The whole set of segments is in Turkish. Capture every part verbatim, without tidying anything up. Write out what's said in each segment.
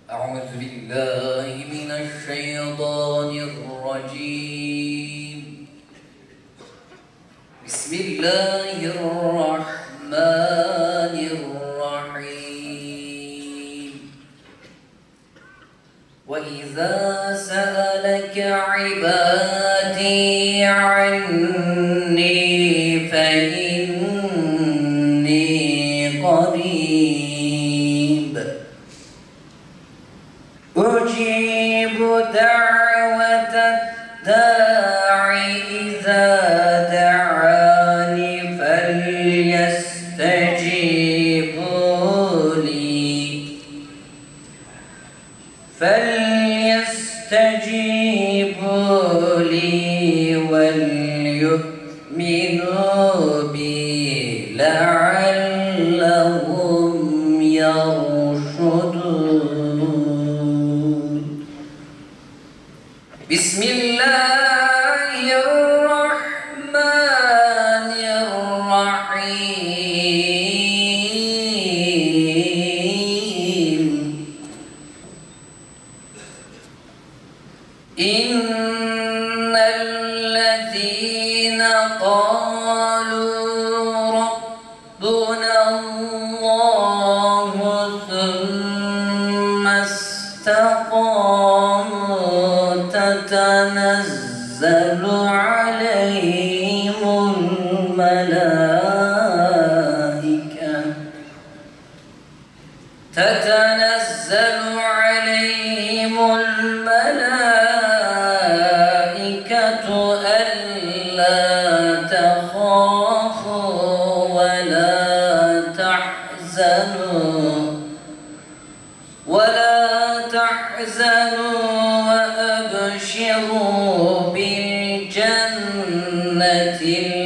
أعوذ بالله من الشيطان الرجيم. بسم الله الرحمن الرحيم. وإذا سألك عبادي عني فإني قريب أجيب دعوة الداع إذا دعاني فليستجيبوا لي فليستجيبوا لي وليؤمنوا بي لعلهم يرشدون. بسم الله الرحمن الرحيم. إن الذين قالوا ربنا الله ثم استقاموا تتنزل عليهم الملائكة تتنزل عليهم الملائكة ألا تخافوا ولا تحزنوا ولا تحزنوا وأبشروا بالجنة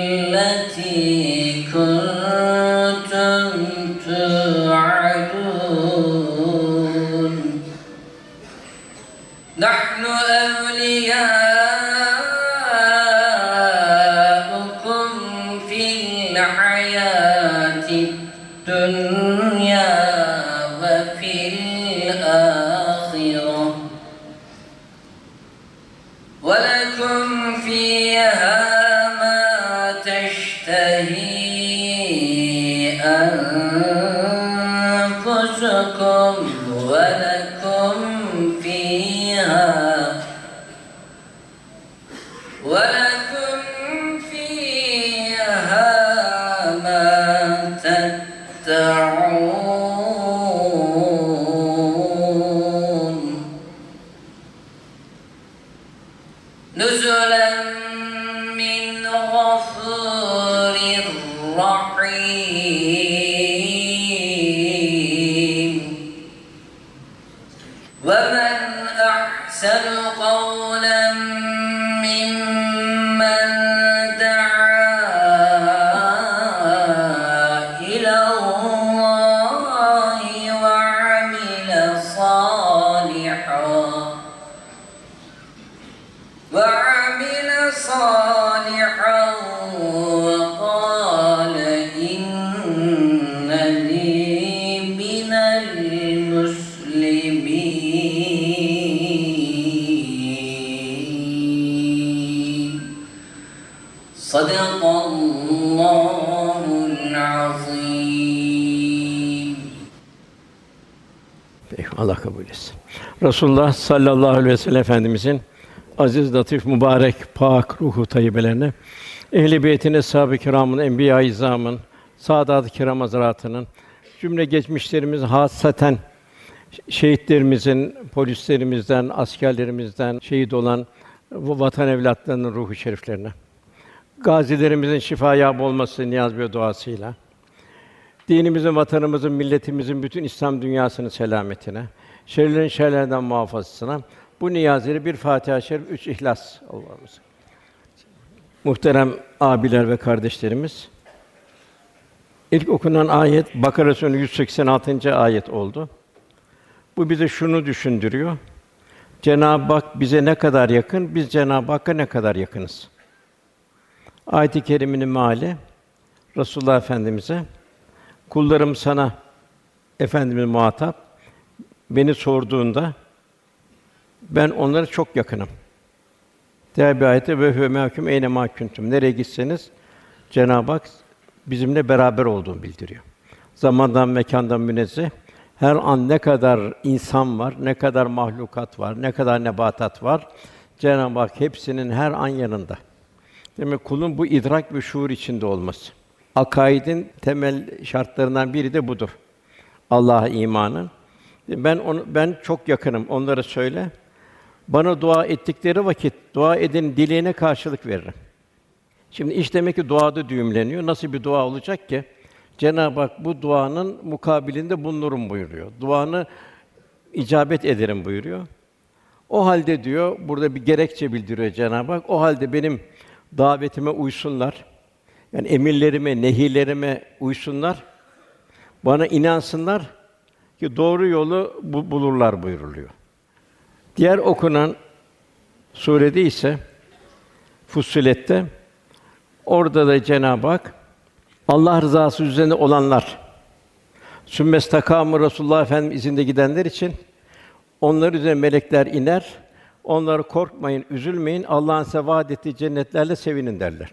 التي كنتم توعدون. نحن أولياؤكم في الحياة الدنيا وفي الآخرة ولكم فيها ما تشتهي أنفسكم ولكم فيها ولكم فيها ما تدعون. نزلا من غفور رحيم. ومن أحسن قولا ممن دعا إلى الله وعمل صالحا وعمل صالحا وقال إنني من المسلمين. صدق الله العظيم. Allah kabul etsin. Resulullah sallallahu aleyhi ve sellem Efendimizin aziz, latif, mübarek, pak ruhu tayyibelerine, ehl-i beytin, eshab-ı kirâmın, enbiya-i izâmın, saadat-ı kirâm hazretlerinin, cümle geçmişlerimiz, hassaten şehitlerimizin, polislerimizden, askerlerimizden şehit olan bu vatan evlatlarının ruhu şeriflerine, gazilerimizin şifa-yâb olması niyaz ve duasıyla, dinimizin, vatanımızın, milletimizin, bütün İslam dünyasının selametine, şerlerin şerlerden muhafazasına bu niyazları bir Fatiha-i Şerif, üç İhlas Allah'ımız. Muhterem abiler ve kardeşlerimiz, ilk okunan ayet Bakara Suresi yüz seksen altıncı ayet oldu. Bu bize şunu düşündürüyor: Cenab-ı Hak bize ne kadar yakın, biz Cenab-ı Hakk'a ne kadar yakınız? Ayet-i kerimenin meali Resulullah Efendimize, kullarım sana Efendimiz muhatap, beni sorduğunda ben onlara çok yakınım. Diğer bir ayette ve huve mâküm eyne mâ kuntum. Nereye gitseniz Cenab-ı Hak bizimle beraber olduğunu bildiriyor. Zamandan, mekândan münezzeh. Her an ne kadar insan var, ne kadar mahlukat var, ne kadar nebatat var. Cenab-ı Hak hepsinin her an yanında. Demek kulun bu idrak ve şuur içinde olması. Akaidin temel şartlarından biri de budur. Allah'a imanın. Ben onu ben çok yakınım. Onlara söyle. Bana dua ettikleri vakit dua eden dileğine karşılık veririm. Şimdi iş demek ki duada düğümleniyor. Nasıl bir dua olacak ki? Cenab-ı Hak bu duanın mukabilinde bulunurum buyuruyor. Duanı icabet ederim buyuruyor. O halde diyor, burada bir gerekçe bildiriyor Cenab-ı Hak. O halde benim davetime uysunlar. Yani emirlerime, nehirlerime uysunlar. Bana inansınlar ki doğru yolu bu, bulurlar buyuruluyor. Diğer okunan surede ise Fussilet'te orada da Cenab-ı Hak Allah rızası üzerine olanlar sümmestakâmû Resulullah Efendimiz izinde gidenler için onlar üzerine melekler iner. Onları korkmayın, üzülmeyin. Allah'ın size vaad ettiği cennetlerle sevinin derler.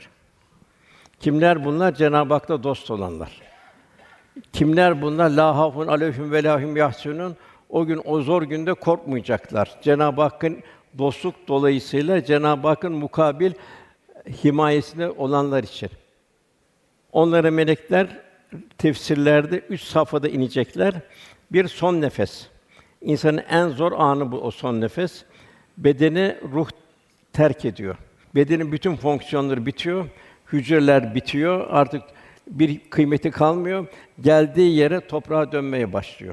Kimler bunlar? Cenab-ı Hak'la dost olanlar. Kimler bunlar? Lâ hâfun aleyhim ve lâ hum yahzunûn. O gün, o zor günde korkmayacaklar. Cenab-ı Hakk'ın dostluk dolayısıyla Cenab-ı Hakk'ın mukabil himayesinde olanlar için. Onlara melekler tefsirlerde üç safhada inecekler. Bir son nefes. İnsanın en zor anı bu o son nefes. Bedeni ruh terk ediyor. Bedenin bütün fonksiyonları bitiyor. Hücreler bitiyor. Artık bir kıymeti kalmıyor. Geldiği yere toprağa dönmeye başlıyor.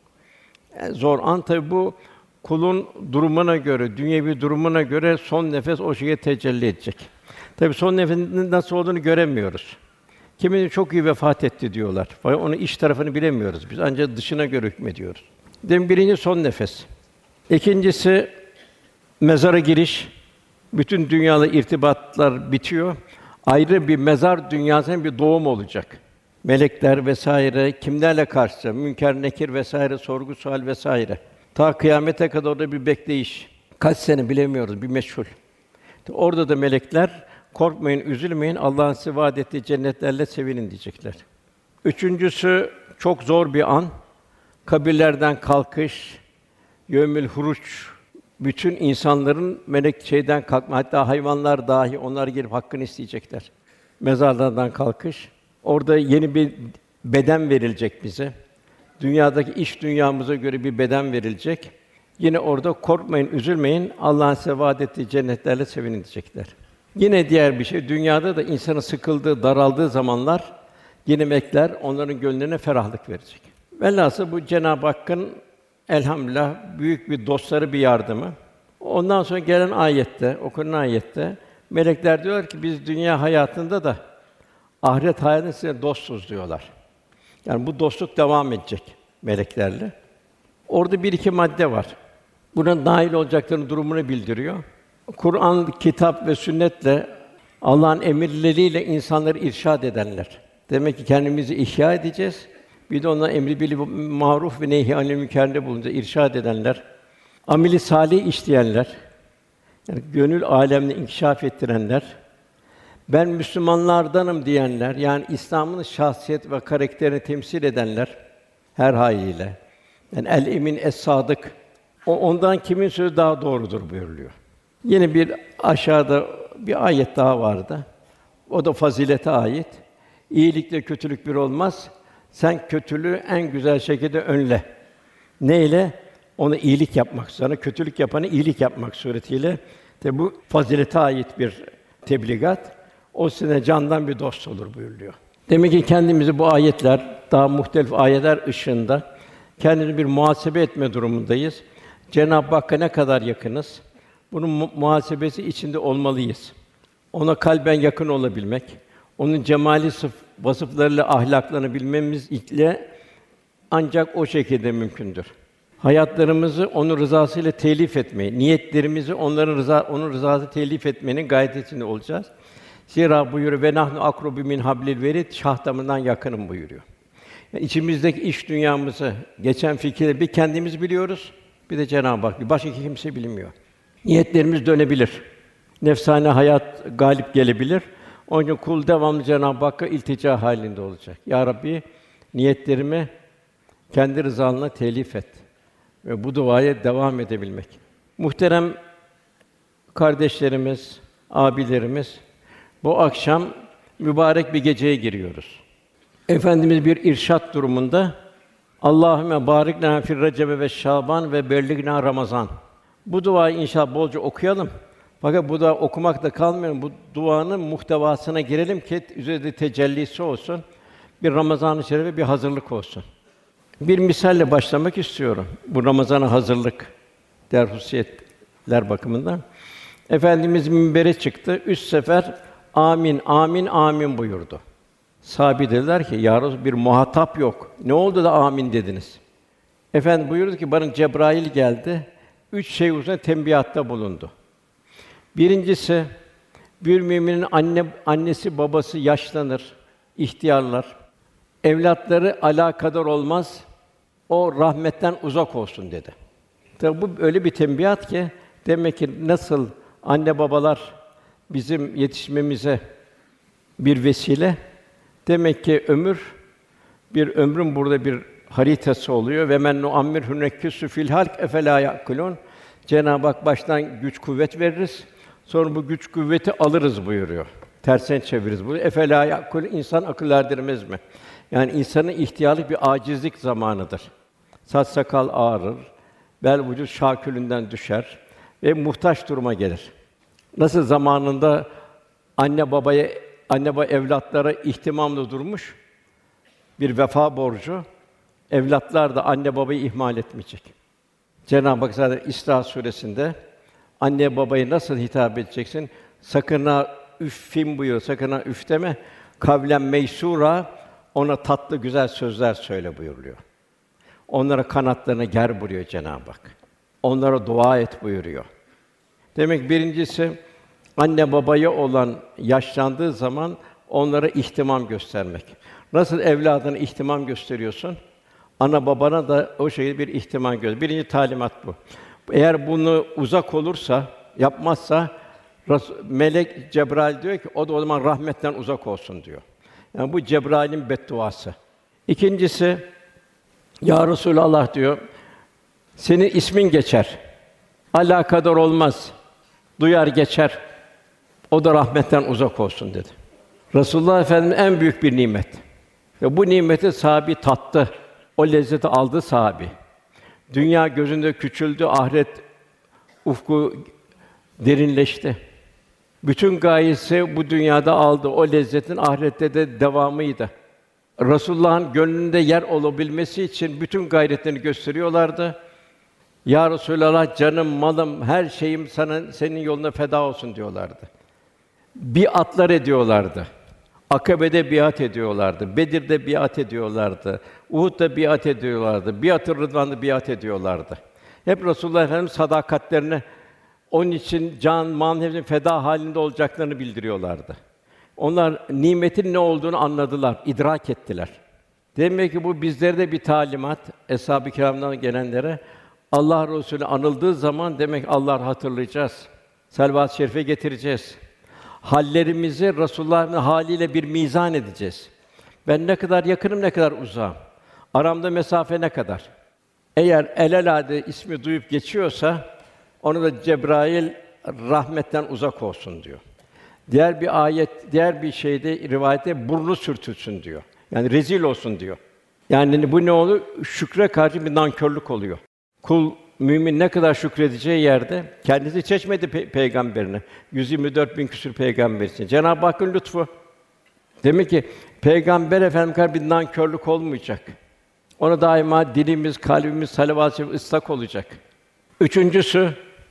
Yani zor an tabi bu kulun durumuna göre, dünyevi durumuna göre son nefes o şeye tecelli edecek. Tabi son nefesin nasıl olduğunu göremiyoruz. Kimisi çok iyi vefat etti diyorlar. Fakat onun iç tarafını bilemiyoruz biz. Ancak dışına göre hükmediyoruz. Demin birinci son nefes. İkincisi mezara giriş. Bütün dünyayla irtibatlar bitiyor. Ayrı bir mezar dünyasının bir doğum olacak. Melekler vesaire kimlerle karşı münker nekir vesaire sorgu sual vesaire. Ta kıyamete kadar orada bir bekleyiş. Kaç sene bilemiyoruz, bir meçhul. Orada da melekler korkmayın, üzülmeyin. Allah'ın size vaad ettiği cennetlerle sevinin diyecekler. Üçüncüsü çok zor bir an. Kabirlerden kalkış, yevmül huruç, bütün insanların melek şeyden kalkma, hatta hayvanlar dahi onlar gelip hakkını isteyecekler. Mezarlardan kalkış. Orada yeni bir beden verilecek bize. Dünyadaki iş dünyamıza göre bir beden verilecek. Yine orada korkmayın, üzülmeyin. Allah'ın size vaad ettiği cennetlerle sevinin diyecekler. Yine diğer bir şey, dünyada da insanın sıkıldığı, daraldığı zamanlar yine melekler onların gönlüne ferahlık verecek. Velhâsıl bu Cenab-ı Hakk'ın elhamdülillah büyük bir dostları, bir yardımı. Ondan sonra gelen ayette, okunan ayette melekler diyorlar ki biz dünya hayatında da ahiret hayatında size dostuz diyorlar. Yani bu dostluk devam edecek meleklerle. Orada bir iki madde var. Buna dâhil olacaklarının durumunu bildiriyor. Kur'an, kitap ve sünnetle Allah'ın emirleriyle insanları irşad edenler. Demek ki kendimizi ihya edeceğiz. Bir de ona emri bil maruf ve nehy anil münker'de bulunca irşad edenler, ameli salih işleyenler, yani gönül âlemini inkişaf ettirenler, ben Müslümanlardanım diyenler, yani İslam'ın şahsiyet ve karakterini temsil edenler her hâliyle. Yani el emin es sadık. O ondan kimin sözü daha doğrudur buyuruluyor. Yine bir aşağıda bir ayet daha vardı. O da fazilete ait. İyilikle kötülük bir olmaz. Sen kötülüğü en güzel şekilde önle. Neyle? Ona iyilik yapmak, sana kötülük yapanı iyilik yapmak suretiyle. Tabi bu fazilete ait bir tebligat. O size candan bir dost olur buyuruluyor. Demek ki kendimizi bu ayetler, daha muhtelif ayetler ışığında kendimizi bir muhasebe etme durumundayız. Cenab-ı Hakk'a ne kadar yakınız? Bunun mu- muhasebesi içinde olmalıyız. Ona kalben yakın olabilmek, onun cemali sıf vasıflarıyla ahlaklarını bilmemiz ile ancak o şekilde mümkündür. Hayatlarımızı onun rızasıyla telif etmeyi, niyetlerimizi onların rıza onun rızası telif etmenin gayretinde olacağız. Zira buyuruyor ve nahnu akrubu min hablil verid şah damından yakınım buyuruyor. Yani içimizdeki iç dünyamızı, geçen fikirleri bir kendimiz biliyoruz, bir de Cenab-ı Hak, bir başka kimse bilmiyor. Niyetlerimiz dönebilir. Nefsane hayat galip gelebilir. Onun için kul devamlı Cenab-ı Hakk'a iltica halinde olacak. Ya Rabbi, niyetlerimi kendi rızanla telif et ve bu duaya devam edebilmek. Muhterem kardeşlerimiz, abilerimiz, bu akşam mübarek bir geceye giriyoruz. Efendimiz bir irşad durumunda Allahümme barik lena fir recebe ve şaban ve bellighna Ramazan. Bu duayı inşallah bolca okuyalım. Fakat bu da okumakla kalmayalım. Bu duanın muhtevasına girelim ki üzerinde tecellisi olsun. Bir Ramazan-ı Şerif'e bir hazırlık olsun. Bir misalle başlamak istiyorum. Bu Ramazan'a hazırlık derhusiyetler bakımından. Efendimiz minbere çıktı. Üç sefer amin, amin, amin buyurdu. Sahabe dediler ki, ya Resulallah, bir muhatap yok. Ne oldu da amin dediniz? Efendim buyurdu ki, bana Cebrail geldi. Üç şey üzerine tembihatta bulundu. Birincisi, bir müminin anne annesi babası yaşlanır, ihtiyarlar. Evlatları alakadar olmaz. O rahmetten uzak olsun dedi. Tabi bu öyle bir tembihat ki demek ki nasıl anne babalar bizim yetişmemize bir vesile, demek ki ömür bir ömrün burada bir haritası oluyor ve men nuammirhu nekkisu fil halk efela yakulun. Cenab-ı Hak baştan güç kuvvet veririz. Sonra bu güç kuvveti alırız buyuruyor. Tersine çeviririz bunu. Efela yakul, insan akıl erdirmez mi? Yani insanın ihtiyarlık bir acizlik zamanıdır. Saç sakal ağarır, bel vücut şakülünden düşer ve muhtaç duruma gelir. Nasıl zamanında anne babaya, anne baba evlatlara ihtimamla durmuş bir vefa borcu, evlatlar da anne babayı ihmal etmeyecek. Cenab-ı Hak zaten İsra suresinde anne babayı nasıl hitap edeceksin? Sakın ha üffin buyuruyor. Sakın ha üf deme. Kavlen meysura, ona tatlı güzel sözler söyle buyuruyor. Onlara kanatlarını ger buyuruyor Cenab-ı Hak. Onlara dua et buyuruyor. Demek birincisi anne babaya olan yaşlandığı zaman onlara ihtimam göstermek. Nasıl evladına ihtimam gösteriyorsun? Ana babana da o şekilde bir ihtimam göster. Birinci talimat bu. Eğer bunu uzak olursa, yapmazsa melek Cebrail diyor ki o da o zaman rahmetten uzak olsun diyor. Yani bu Cebrail'in bedduası. İkincisi ya Resulallah diyor, senin ismin geçer. Alakadar olmaz. Duyar geçer. O da rahmetten uzak olsun dedi. Resulullah Efendimiz en büyük bir nimet. Ve bu nimeti sahabi tattı. O lezzeti aldı sahabi. Dünya gözünde küçüldü, ahiret ufku derinleşti. Bütün gayesi bu dünyada aldı. O lezzetin ahirette de devamıydı. Resulullah'ın gönlünde yer olabilmesi için bütün gayretlerini gösteriyorlardı. Ya Resulallah, canım, malım, her şeyim sana, senin yoluna feda olsun diyorlardı. Biatlar ediyorlardı. Akabe'de biat ediyorlardı. Bedir'de biat ediyorlardı. Uhud'da biat ediyorlardı. Biat-ı Rıdvan'da biat ediyorlardı. Hep Resulullah Efendimiz sadakatlerini, onun için can, mal, hepsinin feda halinde olacaklarını bildiriyorlardı. Onlar nimetin ne olduğunu anladılar, idrak ettiler. Demek ki bu bizlere de bir talimat, Eshab-ı Kiram'dan gelenlere. Allah Resulü anıldığı zaman demek Allah'ı hatırlayacağız. Selvat-ı şerife getireceğiz. Hallerimizi Resulullah'ın haliyle bir mizan edeceğiz. Ben ne kadar yakınım, ne kadar uzağım. Aramda mesafe ne kadar? Eğer elelade ismi duyup geçiyorsa onu da Cebrail rahmetten uzak olsun diyor. Diğer bir ayet, diğer bir şeyde rivayette burnu sürtülsün diyor. Yani rezil olsun diyor. Yani bu ne olur? Şükre karşı bir nankörlük oluyor. Kul mümin ne kadar şükredeceği yerde kendisi seçmedi pe- peygamberini. yüz yirmi dört bin küsur peygamber için. Cenab-ı Hakk'ın lütfu. Demek ki Peygamber Efendimiz kadar bir nankörlük olmayacak. Ona daima dilimiz, kalbimiz salavat-ı ıslak olacak. Üçüncüsü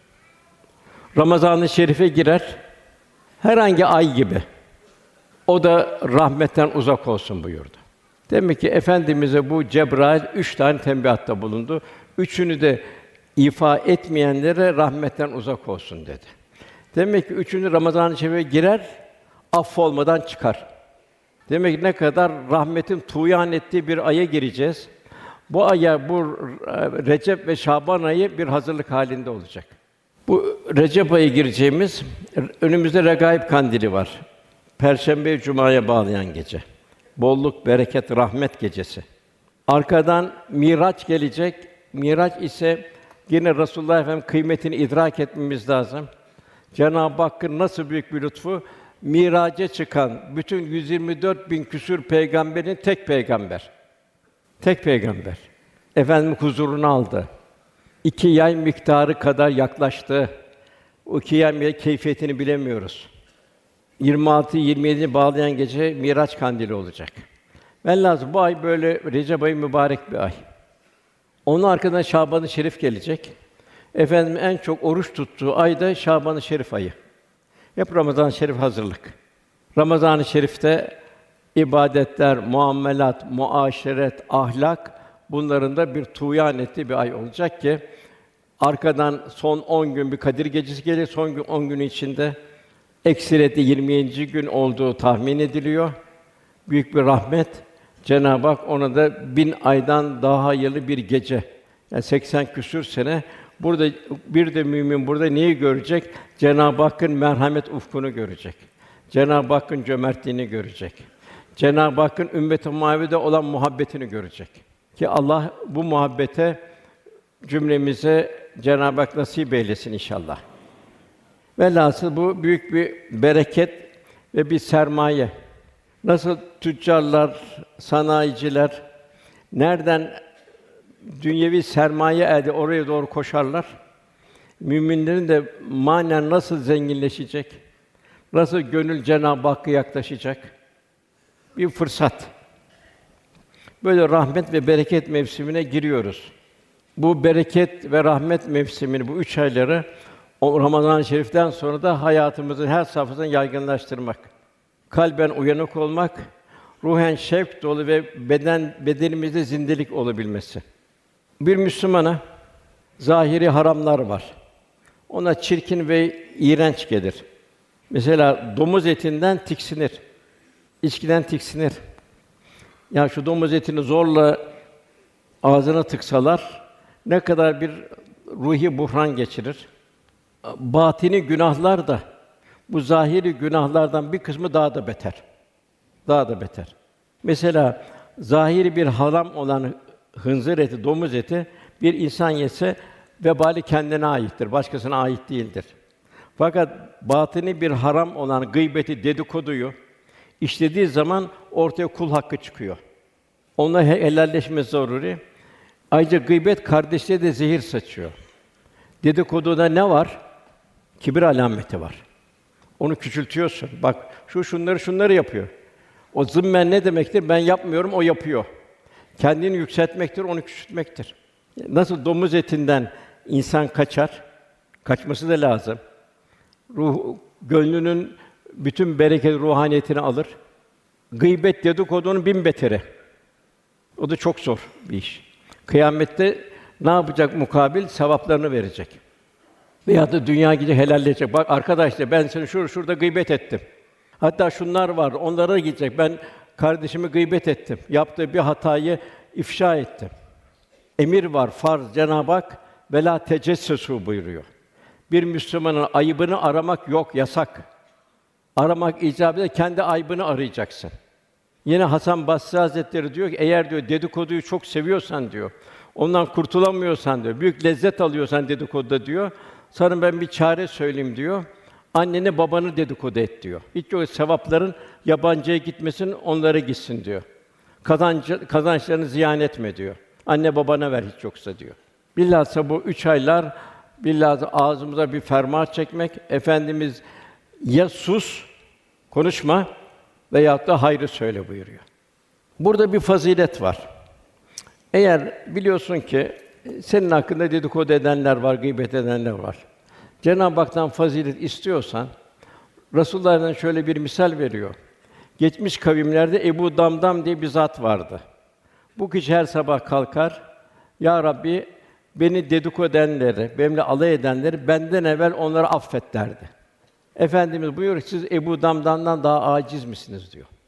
Ramazan-ı Şerif'e girer. Herhangi ay gibi. O da rahmetten uzak olsun buyurdu. Demek ki Efendimiz'e bu Cebrail üç tane tembihatta bulundu. Üçünü de ifa etmeyenlere rahmetten uzak olsun dedi. Demek ki üçünü Ramazan-ı Şerif'e girer, affolmadan çıkar. Demek ki ne kadar rahmetin tuğyan ettiği bir aya gireceğiz. Bu aya, bu Recep ve Şaban ayı bir hazırlık halinde olacak. Bu Recep ayı gireceğimiz, önümüzde Regaib Kandili var. Perşembe Cuma'ya bağlayan gece. Bolluk, bereket, rahmet gecesi. Arkadan Miraç gelecek. Miraç ise yine Resulullah Efendimiz kıymetini idrak etmemiz lazım. Cenab-ı Hakk'ın nasıl büyük bir lütfu, Miraç'a çıkan bütün yüz yirmi dört bin küsur peygamberin tek peygamber. Tek peygamber. Efendimiz huzuruna aldı. İki yay miktarı kadar yaklaştı. O iki yay keyfiyetini bilemiyoruz. yirmi altı yirmi yedi'yi bağlayan gece Miraç Kandili olacak. Velhâsıl bu ay böyle Recep ayı mübarek bir ay. Onun arkasından Şaban-ı Şerif gelecek. Efendimiz en çok oruç tuttuğu ay da Şaban-ı Şerif ayı. Hep Ramazan-ı Şerif hazırlık. Ramazan-ı Şerif'te ibadetler, muamelat, muaşeret, ahlak bunların da bir tuğyan ettiği bir ay olacak ki arkadan son on gün bir Kadir Gecesi gelir. Son gün on gün içinde ekseriyette yirminci gün olduğu tahmin ediliyor. Büyük bir rahmet. Cenab-ı Hak ona da bin aydan daha hayırlı bir gece. Yani seksen küsur sene burada bir de mümin burada neyi görecek? Cenab-ı Hakk'ın merhamet ufkunu görecek. Cenab-ı Hakk'ın cömertliğini görecek. Cenab-ı Hakk'ın ümmet-i Muhammed'e olan muhabbetini görecek. Ki Allah bu muhabbete cümlemize Cenab-ı Hak nasip eylesin inşallah. Velhâsıl bu büyük bir bereket ve bir sermaye. Nasıl tüccarlar, sanayiciler nereden dünyevi sermaye elde oraya doğru koşarlar. Müminlerin de manen nasıl zenginleşecek? Nasıl gönül Cenab-ı Hakk'a yaklaşacak? Bir fırsat. Böyle rahmet ve bereket mevsimine giriyoruz. Bu bereket ve rahmet mevsimini, bu üç ayları o Ramazan-ı Şerif'ten sonra da hayatımızın her safhasını yaygınlaştırmak. Kalben uyanık olmak, ruhen şevk dolu ve beden bedenimizde zindelik olabilmesi. Bir Müslümana zahiri haramlar var. Ona çirkin ve iğrenç gelir. Mesela domuz etinden tiksinir. İçkiden tiksinir. Ya şu domuz etini zorla ağzına tıksalar ne kadar bir ruhi buhran geçirir. Batini günahlar da bu zahiri günahlardan bir kısmı daha da beter. Daha da beter. Mesela zahiri bir haram olan hınzır eti, domuz eti bir insan yese vebali kendine aittir, başkasına ait değildir. Fakat batini bir haram olan gıybeti, dedikoduyu işlediği zaman ortaya kul hakkı çıkıyor. Onunla helalleşmesi zaruri. Ayrıca gıybet kardeşliğe de zehir saçıyor. Dedikoduda ne var? Kibir alameti var. Onu küçültüyorsun. Bak şu şunları şunları yapıyor. O zımmen ne demektir? Ben yapmıyorum, o yapıyor. Kendini yükseltmektir, onu küçültmektir. Nasıl domuz etinden insan kaçar? Kaçması da lazım. Ruh, gönlünün bütün bereket ruhaniyetini alır. Gıybet, dedikodunun bin beteri. O da çok zor bir iş. Kıyamette ne yapacak mukabil? Sevaplarını verecek. Veya da dünya gidecek, helalleşecek. Bak arkadaşlar ben seni şur şurada gıybet ettim. Hatta şunlar var, onlara gidecek. Ben kardeşimi gıybet ettim. Yaptığı bir hatayı ifşa ettim. Emir var, farz. Cenab-ı Hak "Velâ tecessesû" buyuruyor. Bir Müslümanın ayıbını aramak yok, yasak. Aramak icap eder, kendi aybını arayacaksın. Yine Hasan Basri Hazretleri diyor ki, eğer diyor dedikoduyu çok seviyorsan diyor, ondan kurtulamıyorsan diyor, büyük lezzet alıyorsan dedikoduda diyor, sana ben bir çare söyleyeyim diyor. Anneni babanı dedikodu et diyor. Hiç yok sevapların yabancıya gitmesin, onlara gitsin diyor. Kazancı, kazançlarını ziyan etme diyor. Anne babana ver hiç yoksa diyor. Bilhassa bu üç aylar bilhassa ağzımıza bir ferman çekmek, Efendimiz ya sus, konuşma veyahut da hayrı söyle buyuruyor. Burada bir fazilet var. Eğer biliyorsun ki senin hakkında dedikodu edenler var, gıybet edenler var. Cenab-ı Hak'tan fazilet istiyorsan Resulullah'dan şöyle bir misal veriyor. Geçmiş kavimlerde Ebu Damdam diye bir zat vardı. Bu kişi her sabah kalkar, Ya Rabbi beni dedikodu edenleri, benimle alay edenleri benden evvel onları affet derdi. Efendimiz buyuruyor ki siz Ebu Damdam'dan daha aciz misiniz diyor.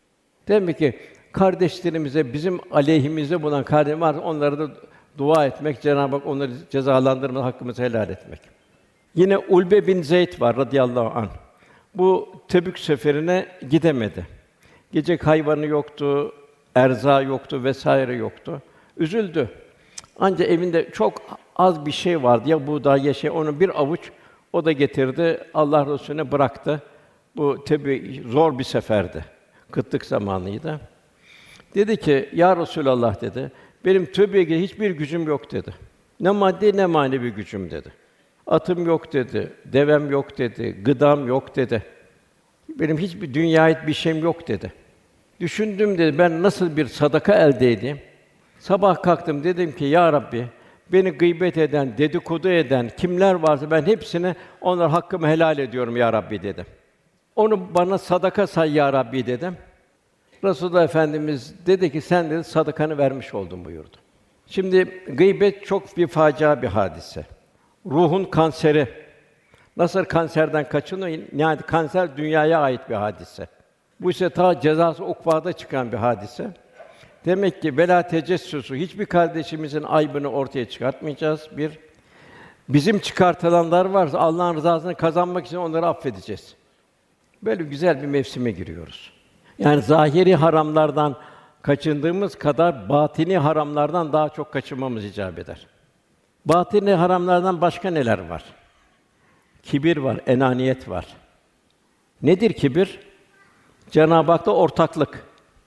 Demek ki kardeşlerimize, bizim aleyhimizde bulunan kardeşlerimiz varsa onlara da dua etmek, Cenab-ı Hak onları cezalandırmadan hakkımızı helal etmek. Yine Ulbe bin Zeyd var radıyallahu anh. Bu Tebük seferine gidemedi. Gecek hayvanı yoktu, erza yoktu vesaire yoktu. Üzüldü. Ancak evinde çok az bir şey vardı. Ya buğday ya şey, onu bir avuç o da getirdi. Allah Resulüne bıraktı. Bu tabi zor bir seferdi. Kıtlık zamanıydı. Dedi ki, Ya Resulallah dedi, benim Tebük'e hiçbir gücüm yok dedi. Ne maddi ne manevi gücüm dedi. Atım yok dedi, devem yok dedi, gıdam yok dedi. Benim hiçbir dünyaya ait bir şeyim yok dedi. Düşündüm dedi, ben nasıl bir sadaka elde edeyim? Sabah kalktım dedim ki, Ya Rabbi, beni gıybet eden, dedikodu eden kimler varsa ben hepsine onlar hakkımı helal ediyorum ya Rabbi dedim. Onu bana sadaka say ya Rabbi dedim. Resulullah Efendimiz dedi ki sen dedi sadakanı vermiş oldun buyurdu. Şimdi gıybet çok bir facia bir hadise. Ruhun kanseri. Nasıl kanserden kaçınıyor? Yani kanser dünyaya ait bir hadise. Bu ise ta cezası ukbada çıkan bir hadise. Demek ki velâ tecessüsü, hiçbir kardeşimizin aybını ortaya çıkartmayacağız. Bir, bizim çıkartılanlar varsa Allah'ın rızasını kazanmak için onları affedeceğiz. Böyle güzel bir mevsime giriyoruz. Yani zahiri haramlardan kaçındığımız kadar batini haramlardan daha çok kaçınmamız icap eder. Batini haramlardan başka neler var? Kibir var, enaniyet var. Nedir kibir? Cenab-ı Hak'ta ortaklık.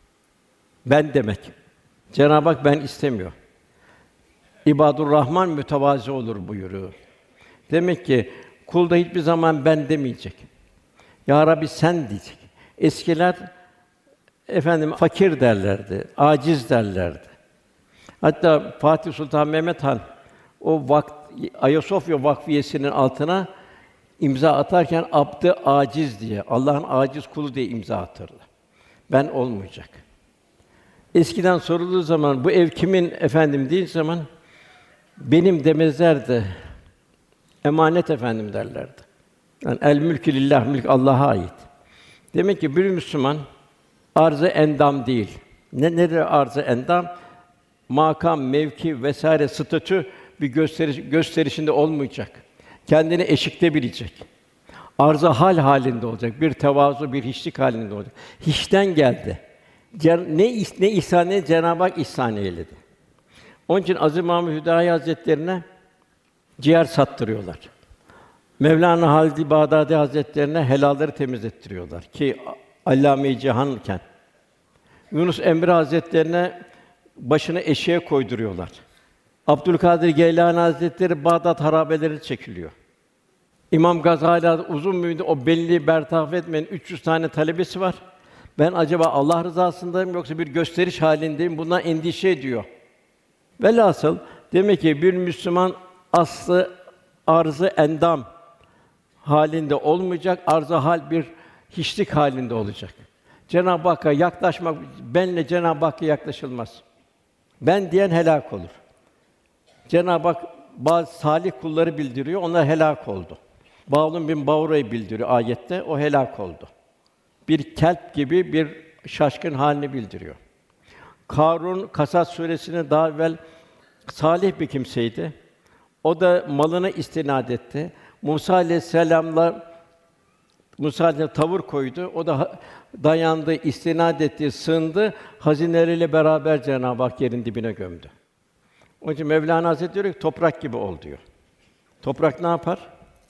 Ben demek. Cenab-ı Hak ben istemiyor. İbadur Rahman mütevazı olur buyuruyor. Demek ki kul da hiçbir zaman ben demeyecek. Ya Rabbi sen diyecek. Eskiler efendim fakir derlerdi, aciz derlerdi. Hatta Fatih Sultan Mehmet Han o vakt Ayasofya Vakfiyesi'nin altına imza atarken abd-ı aciz diye, Allah'ın aciz kulu diye imza atırdı. Ben olmayacak. Eskiden sorulduğu zaman bu ev kimin efendim diye zaman benim demezlerdi. Emanet efendim derlerdi. Yani el mülkü lillah, mülk Allah'a ait. Demek ki bir Müslüman arz-ı endam değil. Ne nedir arz-ı endam? Makam, mevki vesaire statü bir gösteriş gösterişinde olmayacak. Kendini eşikte bilecek. Arz-ı hal halinde olacak. Bir tevazu, bir hiçlik halinde olacak. Hiçten geldi. Ne ne ihsan ne Cenab-ı Hak ihsan eyledi. Onun için Aziz Mahmud Hüdayi Hazretlerine ciğer sattırıyorlar. Mevlana Halid-i Bağdadi Hazretlerine helalleri temizlettiriyorlar ki Allâme-i Cihan'ken. Yunus Emre Hazretlerine başını eşeğe koyduruyorlar. Abdülkadir Geylani Hazretleri Bağdat harabeleri çekiliyor. İmam Gazali uzun müddet o belli bertaraf etmeyen üç yüz tane talebesi var. Ben acaba Allah rızasındayım yoksa bir gösteriş halindeyim? Bundan endişe ediyor. Velhasıl demek ki bir Müslüman aslı arz-ı endam halinde olmayacak, arz-ı hal bir hiçlik halinde olacak. Cenab-ı Hakk'a yaklaşmak, benle Cenab-ı Hakk'a yaklaşılmaz. Ben diyen helak olur. Cenab-ı Hak bazı salih kulları bildiriyor, onlar helak oldu. Bağlun bin Bavra'yı bildiriyor ayette, o helak oldu. Bir kelp gibi bir şaşkın halini bildiriyor. Karun Kasas suresinde daha evvel salih bir kimseydi. O da malına istinad etti. Musa aleyhisselam'la Musa aleyhisselam tavır koydu. O da dayandı, istinad etti, sığındı. Hazineleriyle beraber Cenab-ı Hak yerin dibine gömdü. Onun için Mevlana Hazretleri diyor ki toprak gibi ol diyor. Toprak ne yapar?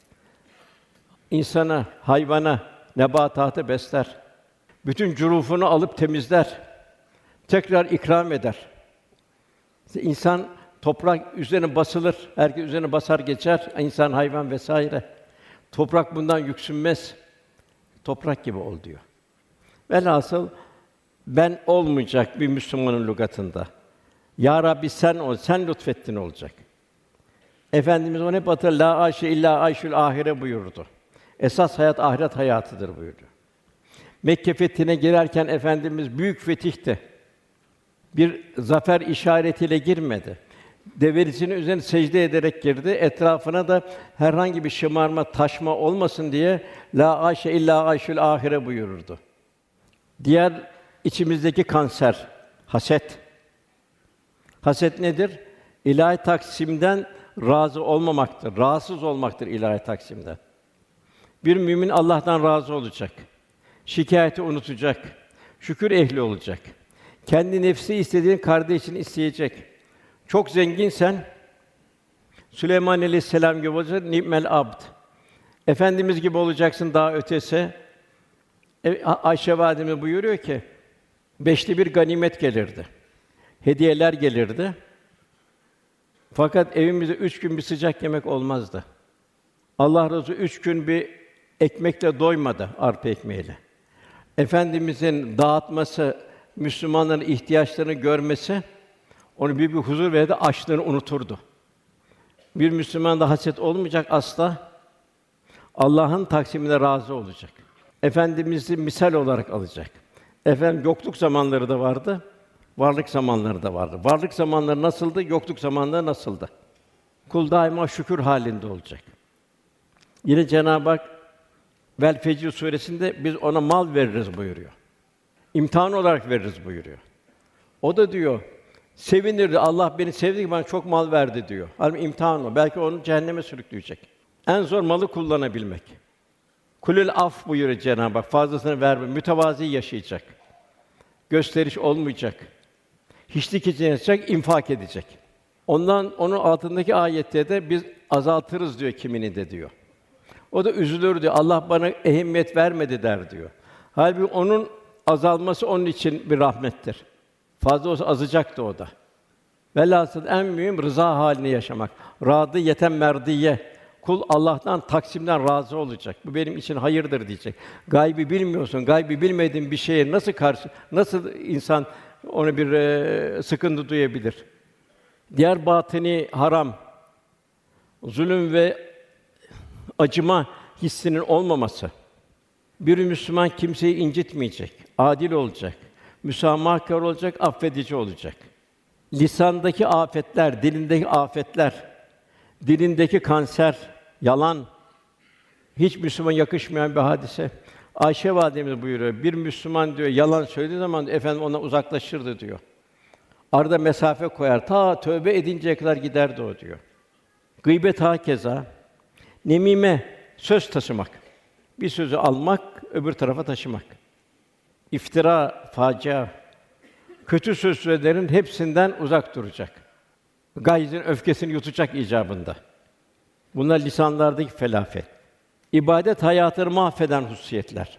İnsana, hayvana, nebatatı besler. Bütün cürufunu alıp temizler. Tekrar ikram eder. İşte insan toprak üzerine basılır, herkes üzerine basar geçer, insan, hayvan vesaire. Toprak bundan yüksünmez. Toprak gibi ol diyor. Velhasıl ben olmayacak bir Müslümanın lügatında. Ya Rabbi sen ol, sen lütfettin olacak. Efendimiz onu hep hatır, la aşe illa ayşül ahire buyurdu. Esas hayat ahiret hayatıdır buyurdu. Mekke fethine girerken Efendimiz büyük fetihti. Bir zafer işaretiyle girmedi. Develisinin üzerine secde ederek girdi. Etrafına da herhangi bir şımarma, taşma olmasın diye la aşe illa ayşül ahire buyururdu. Diğer içimizdeki kanser, haset. Haset nedir? İlahi taksimden razı olmamaktır, rahatsız olmaktır ilahi taksimden. Bir mümin Allah'tan razı olacak. Şikâyeti unutacak. Şükür ehli olacak. Kendi nefsi istediğini kardeşini isteyecek. Çok zenginsen Süleyman Aleyhisselam gibi olacaksın, ni'mel abd. Efendimiz gibi olacaksın daha ötesi. E, Ayşe validemiz buyuruyor ki, beşte bir ganimet gelirdi. Hediyeler gelirdi. Fakat evimizde üç gün bir sıcak yemek olmazdı. Allah Resulü üç gün bir ekmekle doymadı, arpa ekmeğiyle. Efendimizin dağıtması, Müslümanların ihtiyaçlarını görmesi, onu büyük bir huzur verirdi, açlığını unuturdu. Bir Müslüman da haset olmayacak asla. Allah'ın taksimine razı olacak. Efendimizi misal olarak alacak. Efendim yokluk zamanları da vardı, varlık zamanları da vardı. Varlık zamanları nasıldı, yokluk zamanları nasıldı? Kul daima şükür halinde olacak. Yine Cenab-ı Hak Vel Fecr suresinde biz ona mal veririz buyuruyor. İmtihan olarak veririz buyuruyor. O da diyor, sevinirdi. Allah beni sevdi ki bana çok mal verdi diyor. Halbuki imtihan o. Belki onu cehenneme sürükleyecek. En zor malı kullanabilmek. Kulül af buyuruyor Cenab-ı Hak. Fazlasını verme. Mütevazi yaşayacak. Gösteriş olmayacak. Hiçlik için yaşayacak, infak edecek. Ondan onun altındaki ayette de biz azaltırız diyor kimini de diyor. O da üzülür diyor. Allah bana ehemmiyet vermedi der diyor. Halbuki onun azalması onun için bir rahmettir. Fazla olsa azacaktı o da. Velhasıl en mühim rıza halini yaşamak. Radı yeten merdiye. Kul Allah'tan taksimden razı olacak. Bu benim için hayırdır diyecek. Gaybi bilmiyorsun. Gaybi bilmediğin bir şeye nasıl karşı nasıl insan onu bir e, sıkıntı duyabilir? Diğer batini haram, zulüm ve acıma hissinin olmaması. Bir Müslüman kimseyi incitmeyecek, adil olacak, müsamahakâr olacak, affedici olacak. Lisandaki afetler, dilindeki afetler, dilindeki kanser, yalan hiç Müslüman yakışmayan bir hadise. Ayşe validemiz buyuruyor. Bir Müslüman diyor yalan söylediği zaman efendim ona uzaklaşırdı diyor. Arada mesafe koyar. Ta tövbe edinceye kadar giderdi o diyor. Gıybet hakeza, nemime söz taşımak. Bir sözü almak, öbür tarafa taşımak. İftira, facia, kötü sözlerin hepsinden uzak duracak. Gayzin öfkesini yutacak icabında. Bunlar lisanlardaki felafet. İbadet hayatını mahveden hususiyetler.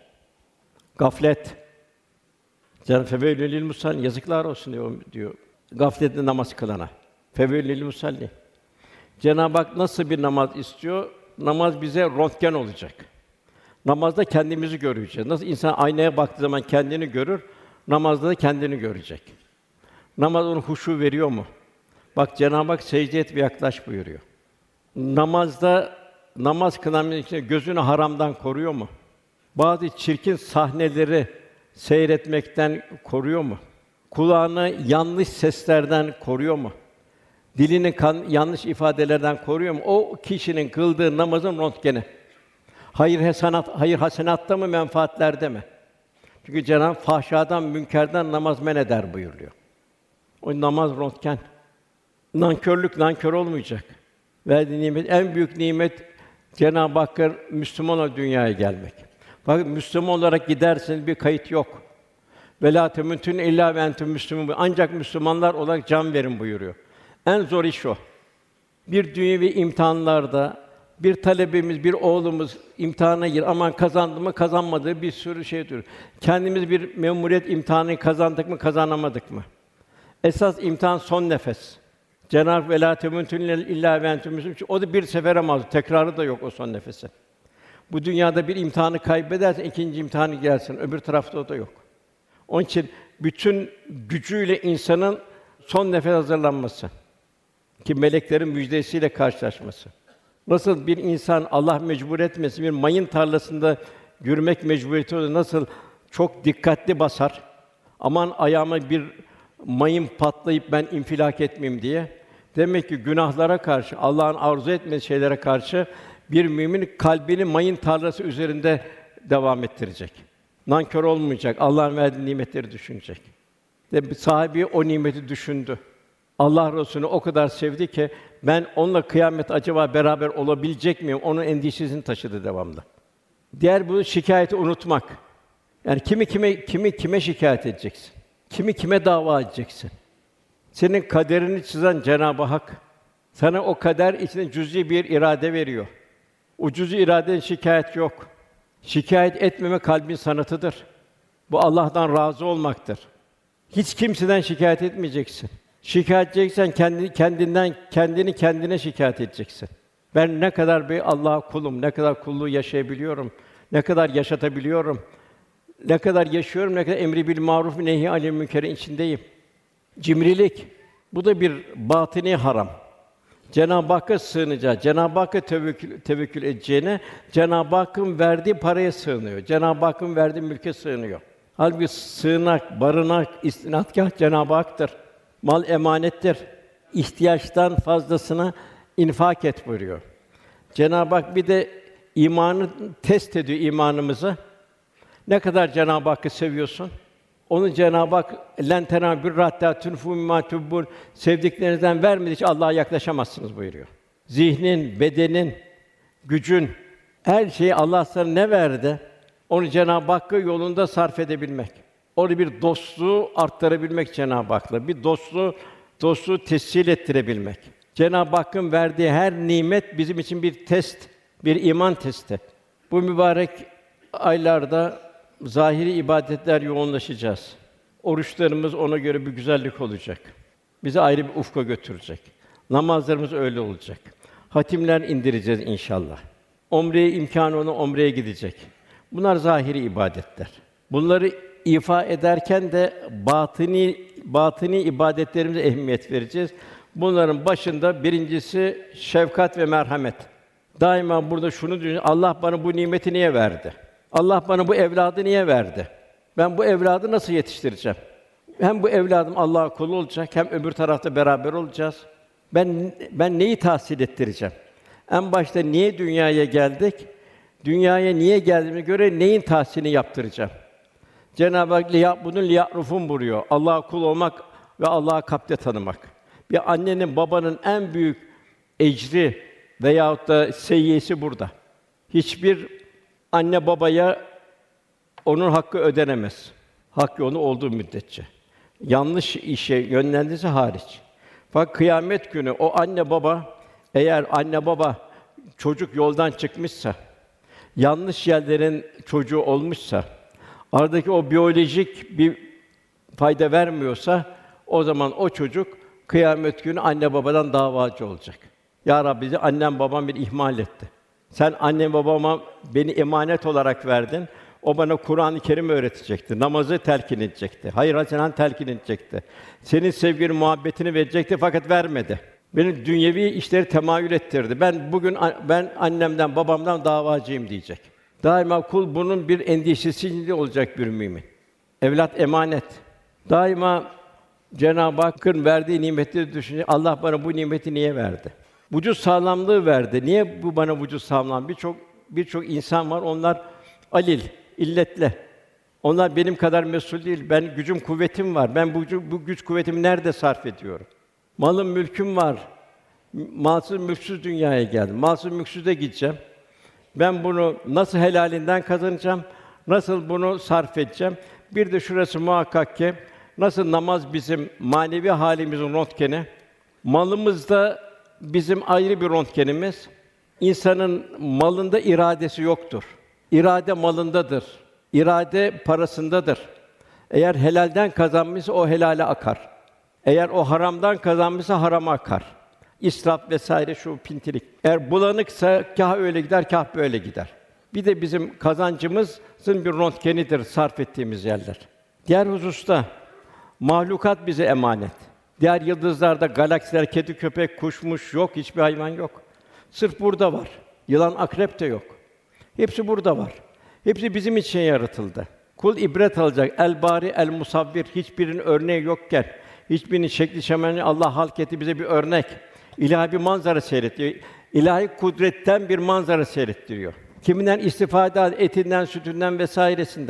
Gaflet. Cenab-ı Feveylül lil musallin yazıklar olsun diyor diyor. Gafletle namaz kılana. Feveylül lil musallin. Cenab-ı Hak nasıl bir namaz istiyor? Namaz bize röntgen olacak. Namazda kendimizi göreceğiz. Nasıl insan aynaya baktığı zaman kendini görür, namazda da kendini görecek. Namaz ona huşu veriyor mu? Bak Cenab-ı Hak secde et ve yaklaş buyuruyor. Namazda namaz kılan için gözünü haramdan koruyor mu? Bazı çirkin sahneleri seyretmekten koruyor mu? Kulağını yanlış seslerden koruyor mu? Dilini kan, yanlış ifadelerden koruyor mu? O kişinin kıldığı namazın röntgeni. Hayır hasenat, hayır hasenatta mı, menfaatlerde mi? Çünkü Cenab-ı Hak fahşadan, münkerden namaz men eder buyuruyor. O namaz röntgen. Nankörlük nankör olmayacak. Verdiği nimet en büyük nimet Cenab-ı Hakk'a Müslüman olarak dünyaya gelmek. Fakat Müslüman olarak giderseniz bir kayıt yok. Velâ temutun illâ ve entüm müslümûn. Ancak Müslümanlar olarak can verin buyuruyor. En zor iş o. Bir dünyevi imtihanlarda bir talebemiz, bir oğlumuz imtihana gir, aman kazandı mı, kazanmadı bir sürü şey diyor. Kendimiz bir memuriyet imtihanı kazandık mı, kazanamadık mı? Esas imtihan son nefes. Cenab-ı Hak velâ temutun illâ ve entüm müslümûn. O da bir sefere mahsus, tekrarı da yok o son nefese. Bu dünyada bir imtihanı kaybedersen ikinci imtihanı girersin. Öbür tarafta o da yok. Onun için bütün gücüyle insanın son nefes hazırlanması ki meleklerin müjdesiyle karşılaşması. Nasıl bir insan Allah mecbur etmesin bir mayın tarlasında yürümek mecburiyeti olur. Nasıl çok dikkatli basar. Aman ayağıma bir mayın patlayıp ben infilak etmeyeyim diye. Demek ki günahlara karşı, Allah'ın arzu etmediği şeylere karşı bir mümin kalbini mayın tarlası üzerinde devam ettirecek. Nankör olmayacak. Allah'ın verdiği nimetleri düşünecek. Ve sahibi o nimeti düşündü. Allah Resulü'nü o kadar sevdi ki ben onunla kıyamet acaba beraber olabilecek miyim? Onun endişesini taşıdı devamlı. Diğer bu şikâyeti unutmak. Yani kimi kime kimi kime şikâyet edeceksin? Kimi kime dava edeceksin? Senin kaderini çizen Cenab-ı Hak sana o kader içinde cüz'i bir irade veriyor. O cüz'i iradenin şikâyet yok. Şikâyet etmeme kalbin sanatıdır. Bu Allah'tan razı olmaktır. Hiç kimseden şikâyet etmeyeceksin. Şikâyet edeceksen kendi kendinden kendini kendine şikâyet edeceksin. Ben ne kadar bir Allah'a kulum, ne kadar kulluğu yaşayabiliyorum, ne kadar yaşatabiliyorum, ne kadar yaşıyorum, ne kadar emri bil maruf nehy anil münkerin içindeyim. Cimrilik, bu da bir batini haram. Cenab-ı Hakk'a sığınacağı, Cenab-ı Hakk'a tevekkül, tevekkül edeceğine, Cenab-ı Hakk'ın verdiği paraya sığınıyor. Cenab-ı Hakk'ın verdiği mülke sığınıyor. Halbuki sığınak, barınak, istinadgâh Cenab-ı Hak'tır. Mal emanettir. İhtiyaçtan fazlasını infak et buyuruyor. Cenab-ı Hak bir de imanı test ediyor imanımızı. Ne kadar Cenab-ı Hakk'ı seviyorsun? Onu Cenab-ı Hak "Len tenâlû birra hattâ tunfû mimmâ tuhibbûn" sevdiklerinizden vermedikçe Allah'a yaklaşamazsınız buyuruyor. Zihnin, bedenin, gücün, her şeyi Allah sana ne verdi? Onu Cenab-ı Hakk'ın yolunda sarf edebilmek. Onu bir dostluğu arttırabilmek Cenab-ı Hak'la. Bir dostluğu dostluğu tescil ettirebilmek. Cenab-ı Hakk'ın verdiği her nimet bizim için bir test, bir iman testi. Bu mübarek aylarda zahiri ibadetler yoğunlaşacağız. Oruçlarımız ona göre bir güzellik olacak. Bizi ayrı bir ufka götürecek. Namazlarımız öyle olacak. Hatimler indireceğiz inşallah. Umreye imkânı olan umreye gidecek. Bunlar zahiri ibadetler. Bunları ifa ederken de batini batini ibadetlerimize ehemmiyet vereceğiz. Bunların başında birincisi şefkat ve merhamet. Daima burada şunu düşün: Allah bana bu nimeti niye verdi? Allah bana bu evladı niye verdi? Ben bu evladı nasıl yetiştireceğim? Hem bu evladım Allah'a kul olacak, hem öbür tarafta beraber olacağız. Ben ben neyi tahsil ettireceğim? En başta niye dünyaya geldik? Dünyaya niye geldiğime göre neyin tahsilini yaptıracağım? Cenab-ı Hak liya'budun liya'rufun buyuruyor. Allah'a kul olmak ve Allah'ı kalpte tanımak. Bir annenin, babanın en büyük ecri veyahut da seyyiyesi burada. Hiçbir anne babaya onun hakkı ödenemez. Hak yolu olduğu müddetçe. Yanlış işe yönlendirse hariç. Fakat kıyamet günü o anne baba, eğer anne baba çocuk yoldan çıkmışsa, yanlış yerlerin çocuğu olmuşsa, aradaki o biyolojik bir fayda vermiyorsa, o zaman o çocuk kıyamet günü anne babadan davacı olacak. Ya Rabbi, annem babam beni ihmal etti. Sen annem babama beni emanet olarak verdin. O bana Kur'an-ı Kerim öğretecekti, namazı telkin edecekti, hayır hasenat telkin edecekti. Senin sevgini, muhabbetini verecekti fakat vermedi. Beni dünyevi işleri temayül ettirdi. Ben bugün ben annemden, babamdan davacıyım diyecek. Daima kul bunun bir endişesinde olacak bir mümin. Evlat emanet. Daima Cenab-ı Hakk'ın verdiği nimetleri düşünecek. Allah bana bu nimeti niye verdi? Vücut sağlamlığı verdi. Niye bu bana vücut sağlam? Birçok birçok insan var. Onlar alil, illetli. Onlar benim kadar mesul değil. Ben gücüm, kuvvetim var. Ben bu, bu güç kuvvetimi nerede sarf ediyorum? Malım, mülküm var. Malsız, mülksüz dünyaya geldim. Malsız, mülksüz de gideceğim. Ben bunu nasıl helalinden kazanacağım? Nasıl bunu sarf edeceğim? Bir de şurası muhakkak ki nasıl namaz bizim manevi halimizin röntgeni, malımız da bizim ayrı bir röntgenimiz. İnsanın malında iradesi yoktur. İrade malındadır. İrade parasındadır. Eğer helalden kazanmışsa o helale akar. Eğer o haramdan kazanmışsa harama akar. İsraf vesaire şu pintilik. Eğer bulanıksa kâh öyle gider, kâh böyle gider. Bir de bizim kazancımızın bir röntgenidir sarf ettiğimiz yerler. Diğer hususta mahlukat bize emanet. Diğer yıldızlarda galaksiler, kedi, köpek, kuşmuş yok, hiçbir hayvan yok. Sırf burada var. Yılan, akrep de yok. Hepsi burada var. Hepsi bizim için yaratıldı. Kul ibret alacak. El bari, el musavvir. Hiçbirinin örneği yokken, hiçbirinin şekli şemali Allah halk etti bize bir örnek. İlahi bir manzara seyrettiriyor. İlahi kudretten bir manzara seyrettiriyor. Kiminden istifade etinden, sütünden vesairesinden.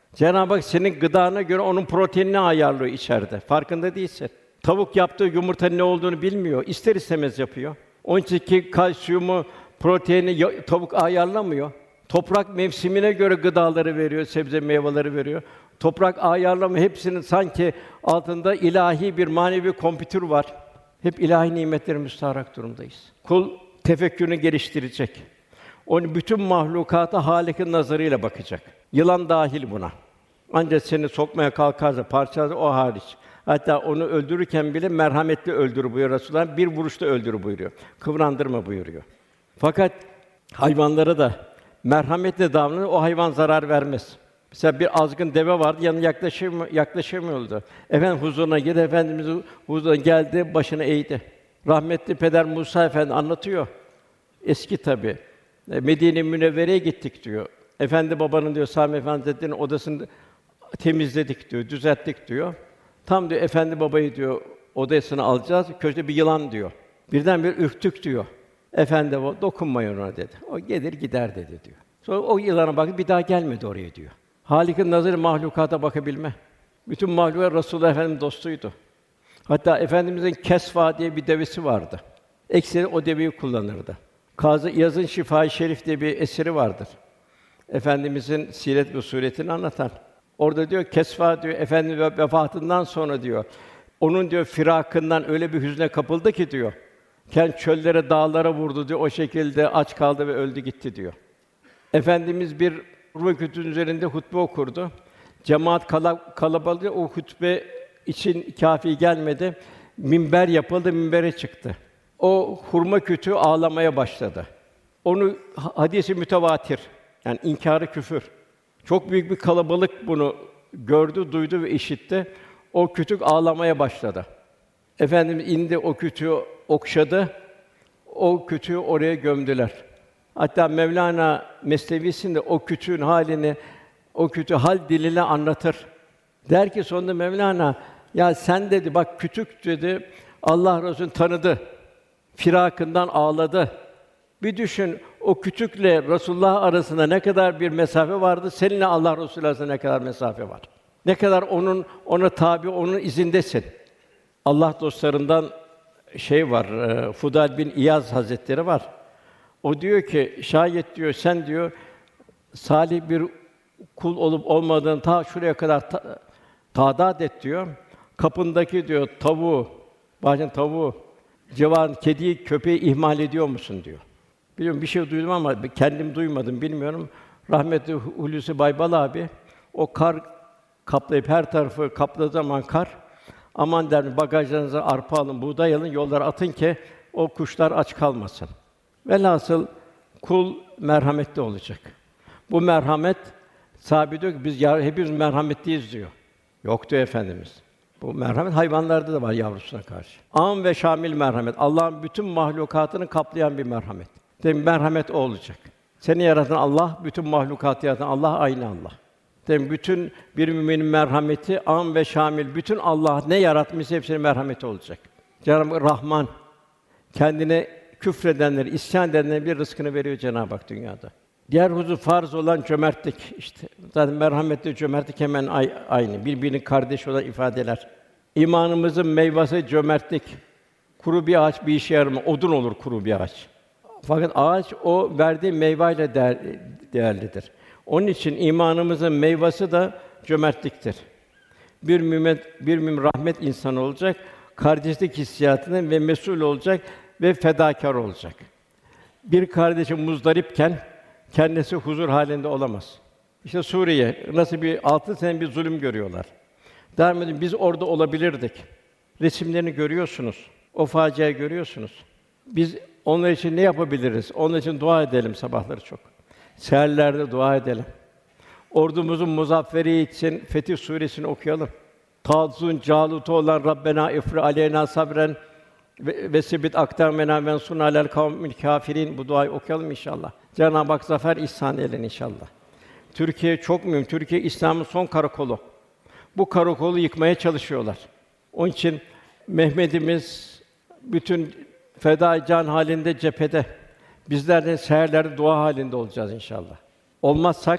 Cenab-ı Hak senin gıdana göre onun proteinini ayarlıyor içeride. Farkında değilsin. Tavuk yaptığı yumurtanın ne olduğunu bilmiyor. İster istemez yapıyor. Onun için ki kalsiyumu, proteini ya- tavuk ayarlamıyor. Toprak mevsimine göre gıdaları veriyor, sebze meyveleri veriyor. Toprak ayarlamıyor. Hepsinin sanki altında ilahi bir manevi kompütür var. Hep ilahi nimetlerin müstaharak durumdayız. Kul tefekkürünü geliştirecek. Onun bütün mahlukata Hâlik'in nazarıyla bakacak. Yılan dâhil buna. Ancak seni sokmaya kalkarsa parçalar o hariç. Hatta onu öldürürken bile merhametli öldür buyuruyor Resulullah. Bir vuruşta öldür buyuruyor. Kıvrandırma buyuruyor. Fakat hayvanlara da merhametle davranır, o hayvan zarar vermez. Mesela bir azgın deve vardı, yanına yaklaşır yaklaşamıyordu. Efendim huzuruna girdi, Efendimiz huzuruna geldi, başını eğdi. Rahmetli Peder Musa Efendi anlatıyor. Eski tabi. Medine-i Münevvere'ye gittik diyor. Efendi babanın diyor Sami Efendi Hazretleri'nin odasını temizledik diyor, düzelttik diyor. Tam diyor Efendi babayı diyor odasına alacağız. Köşede bir yılan diyor. Birden bir ürktük diyor. Efendi baba dokunmayın ona dedi. O gelir gider dedi diyor. Sonra o yılana baktı bir daha gelmedi oraya diyor. Hâlik'in nazarı mahlukata bakabilme. Bütün mahlukat Resulullah Efendimiz dostuydu. Hatta Efendimizin Kesva diye bir devesi vardı. Ekseri o deveyi kullanırdı. Kazı İyaz'ın Şifa-i Şerif diye bir eseri vardır. Efendimizin siret ve suretini anlatan. Orada diyor Kesva diyor Efendimiz vefatından sonra diyor onun diyor firakından öyle bir hüzne kapıldı ki diyor. Kendi çöllere, dağlara vurdu diyor. O şekilde aç kaldı ve öldü gitti diyor. Efendimiz bir rükûtün üzerinde hutbe okurdu. Cemaat kala, kalabalık o hutbe için kâfi gelmedi. Minber yapıldı, minbere çıktı. O hurma kütüğü ağlamaya başladı. Onu hadisi mütevatir. Yani inkârı küfür. Çok büyük bir kalabalık bunu gördü, duydu ve işitti. O kütük ağlamaya başladı. Efendimiz indi o kütüğü okşadı. O kütüğü oraya gömdüler. Hatta Mevlana Mesnevisinde o kütüğün halini o kütüğü hal diliyle anlatır. Der ki sonunda Mevlana ya sen dedi bak kütük dedi Allah Resulü tanıdı. Firakından ağladı. Bir düşün o kütükle Resulullah arasında ne kadar bir mesafe vardı, seninle Allah Resulü arasında ne kadar mesafe var. Ne kadar onun ona tabi, onun izindesin. Allah dostlarından şey var, e, Fudal bin İyaz Hazretleri var. O diyor ki şayet diyor sen diyor salih bir kul olup olmadığını ta şuraya kadar ta, tadat et diyor. Kapındaki diyor tavuğu, bazen tavuğu, civan kediyi, köpeği ihmal ediyor musun diyor. Biliyorum bir şey duydum ama kendim duymadım bilmiyorum. Rahmetli Hulusi Baybal abi o kar kaplayıp her tarafı kapladığı zaman kar aman der bagajlarınıza arpa alın, buğday alın, yollara atın ki o kuşlar aç kalmasın. Velhasıl kul merhametli olacak. Bu merhamet sahabe diyor ki biz ya, hepimiz merhametliyiz diyor. Yok diyor Efendimiz. Bu merhamet hayvanlarda da var yavrusuna karşı. Âm ve şamil merhamet. Allah'ın bütün mahlukatını kaplayan bir merhamet. Demek merhamet o olacak. Seni yaratan Allah, bütün mahlukatı yaratan Allah aynı Allah. Demek bütün bir müminin merhameti âm ve şamil. Bütün Allah ne yaratmışsa hepsinin merhameti olacak. Cenab-ı Rahman kendine küfredenleri, isyan edenlere bir rızkını veriyor Cenab-ı Hak dünyada. Diğer huzu farz olan cömertlik işte. Zaten merhametle cömertlik hemen aynı. Birbirinin kardeş olan ifadeler. İmanımızın meyvesi cömertlik. Kuru bir ağaç bir işe yaramaz. Odun olur kuru bir ağaç. Fakat ağaç o verdiği meyveyle değer, değerlidir. Onun için imanımızın meyvesi de cömertliktir. Bir mümin bir mümin rahmet insanı olacak, kardeşlik hissiyatının ve mesul olacak ve fedakâr olacak. Bir kardeşi muzdaripken kendisi huzur halinde olamaz. İşte Suriye nasıl bir altı sene bir zulüm görüyorlar. Devam edin, biz orada olabilirdik. Resimlerini görüyorsunuz. O faciayı görüyorsunuz. Biz onlar için ne yapabiliriz? Onlar için dua edelim sabahları çok. Seherlerde dua edelim. Ordumuzun muzafferi için Fetih Sûresini okuyalım. Tağutun Calut'u olan Rabbena ifri aleyna sabren ve vesibit aktamena ve sunna alel kavmil kâfirin bu duayı okuyalım inşallah. Cenab-ı Hak zafer ihsan eylesin inşallah. Türkiye çok mühim. Türkiye İslam'ın son karakolu. Bu karakolu yıkmaya çalışıyorlar. Onun için Mehmet'imiz bütün feda can halinde cephede. Bizler de seherlerde dua halinde olacağız inşallah. Olmazsak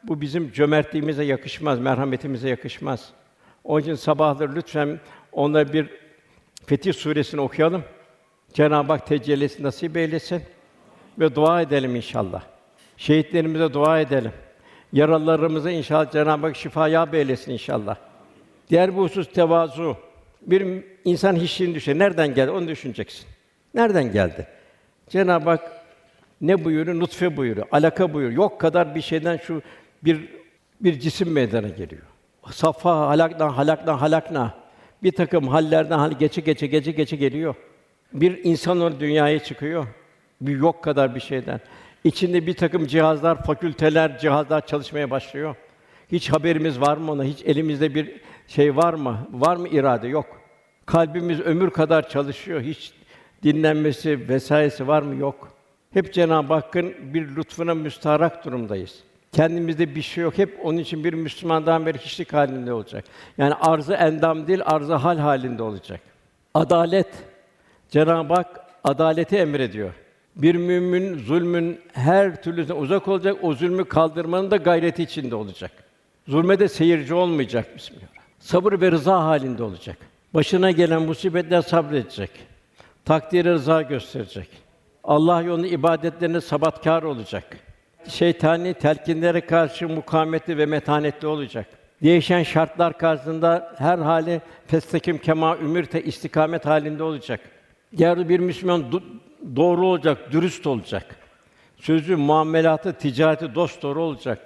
Bu bizim cömertliğimize yakışmaz, merhametimize yakışmaz. Onun için sabahları lütfen onlara bir Fetih Sûresini okuyalım. Cenab-ı Hak tecellisi nasip eylesin ve dua edelim inşallah. Şehitlerimize dua edelim. Yaralılarımıza inşallah Cenab-ı Hak şifaya eylesin inşallah. Diğer bir husus tevazu. Bir insan hiçliğini düşün. Nereden geldi? Onu düşüneceksin. Nereden geldi? Cenab-ı Hak ne buyuruyor? Nutfe buyuruyor. Alaka buyuruyor. Yok kadar bir şeyden şu bir bir cisim meydana geliyor. Safa halakna halakna halakna. Bir takım hallerden hal geçe geçe geçe geçe geliyor. Bir insan o dünyaya çıkıyor. Bir yok kadar bir şeyden. İçinde bir takım cihazlar, fakülteler, cihazlar çalışmaya başlıyor. Hiç haberimiz var mı ona? Hiç elimizde bir şey var mı? Var mı irade? Yok. Kalbimiz ömür kadar çalışıyor. Hiç dinlenmesi vesairesi var mı? Yok. Hep Cenab-ı Hakk'ın bir lütfuna müstaharak durumdayız. Kendimizde bir şey yok. Hep onun için bir Müslümandan beri hiçlik halinde olacak. Yani arzı endam değil, arzı hal halinde olacak. Adalet. Cenab-ı Hak adaleti emrediyor. Bir mümin zulmün her türlüsüne uzak olacak, o zulmü kaldırmanın da gayreti içinde olacak. Zulme de seyirci olmayacak bismillah. Sabır ve rıza halinde olacak. Başına gelen musibetler sabredecek. Takdire rıza gösterecek. Allah yolunda ibadetlerine sabatkâr olacak. Şeytani telkinlere karşı mukavemetli ve metanetli olacak. Değişen şartlar karşısında her hale festekim kema ümirte istikamet halinde olacak. Diğer bir Müslüman do- doğru olacak, dürüst olacak. Sözü, muamelatı, ticareti dosdoğru olacak.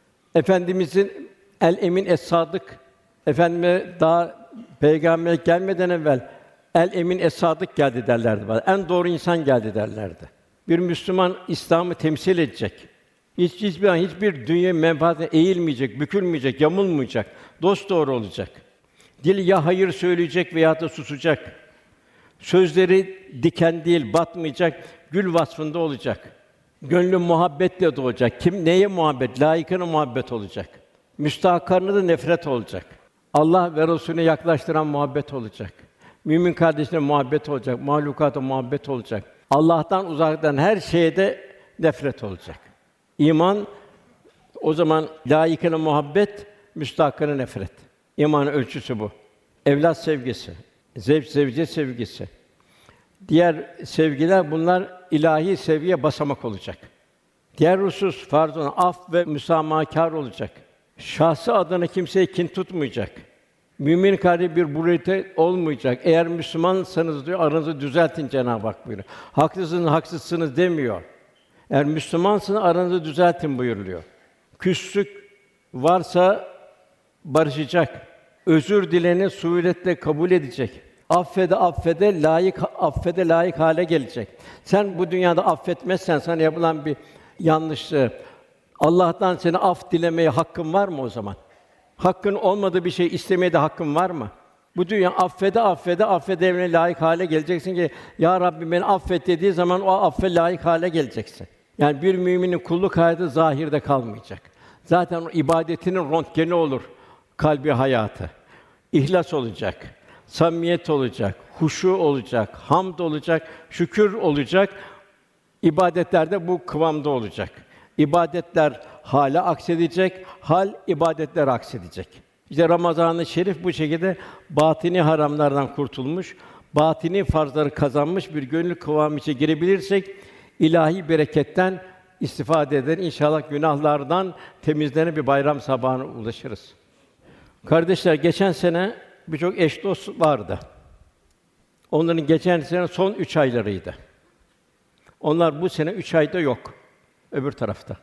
Efendimizin el emin es sadık, efendime daha peygamber gelmeden evvel el emin es sadık geldi derlerdi bana. En doğru insan geldi derlerdi. Bir Müslüman İslam'ı temsil edecek. Hiç hiçbir an hiçbir dünya menfaatine eğilmeyecek, bükülmeyecek, yamulmayacak, dosdoğru olacak. Dil ya hayır söyleyecek veya da susacak. Sözleri diken değil, batmayacak, gül vasfında olacak. Gönlü muhabbetle doğacak. Kim neye muhabbet? Layıkına muhabbet olacak. Müstahakarına da nefret olacak. Allah ve Resulüne yaklaştıran muhabbet olacak. Mümin kardeşine muhabbet olacak, mahlukata muhabbet olacak. Allah'tan uzaktan her şeye de nefret olacak. İman o zaman layıkına muhabbet, müstahakkına nefret. İmanın ölçüsü bu. Evlat sevgisi, zevç zevce sevgisi. Diğer sevgiler bunlar ilahi sevgiye basamak olacak. Diğer husus farz olan af ve müsamahakâr olacak. Şahsı adına kimseye kin tutmayacak. Mümin kardeş bir burite olmayacak. Eğer Müslümansanız diyor aranızı düzeltin Cenab-ı Hak buyuruyor. Haklısınız, haksızsınız demiyor. Eğer Müslümansınız aranızı düzeltin buyuruluyor. Küslük varsa barışacak. Özür dileni suretle kabul edecek. Affede affede layık affede layık hale gelecek. Sen bu dünyada affetmezsen sana yapılan bir yanlışlığı Allah'tan seni af dilemeye hakkın var mı o zaman? Hakkın olmadığı bir şey istemeye de hakkın var mı? Bu dünya affede affede affedevine layık hale geleceksin ki ya Rabbi beni affet dediği zaman o affe layık hale geleceksin. Yani bir müminin kulluk hayatı zahirde kalmayacak. Zaten o ibadetinin röntgeni olur kalbi hayatı. İhlas olacak, samimiyet olacak, huşu olacak, hamd olacak, şükür olacak. İbadetlerde bu kıvamda olacak. İbadetler hale aksedecek, hal ibadetler aksedecek. İşte Ramazan-ı Şerif bu şekilde batini haramlardan kurtulmuş, batini farzları kazanmış bir gönül kıvamı içine girebilirsek ilahi bereketten istifade eder. İnşallah günahlardan temizlenen bir bayram sabahına ulaşırız. Kardeşler, geçen sene birçok eş dost vardı. Onların geçen sene son üç aylarıydı. Onlar bu sene üç ayda yok. Öbür tarafta.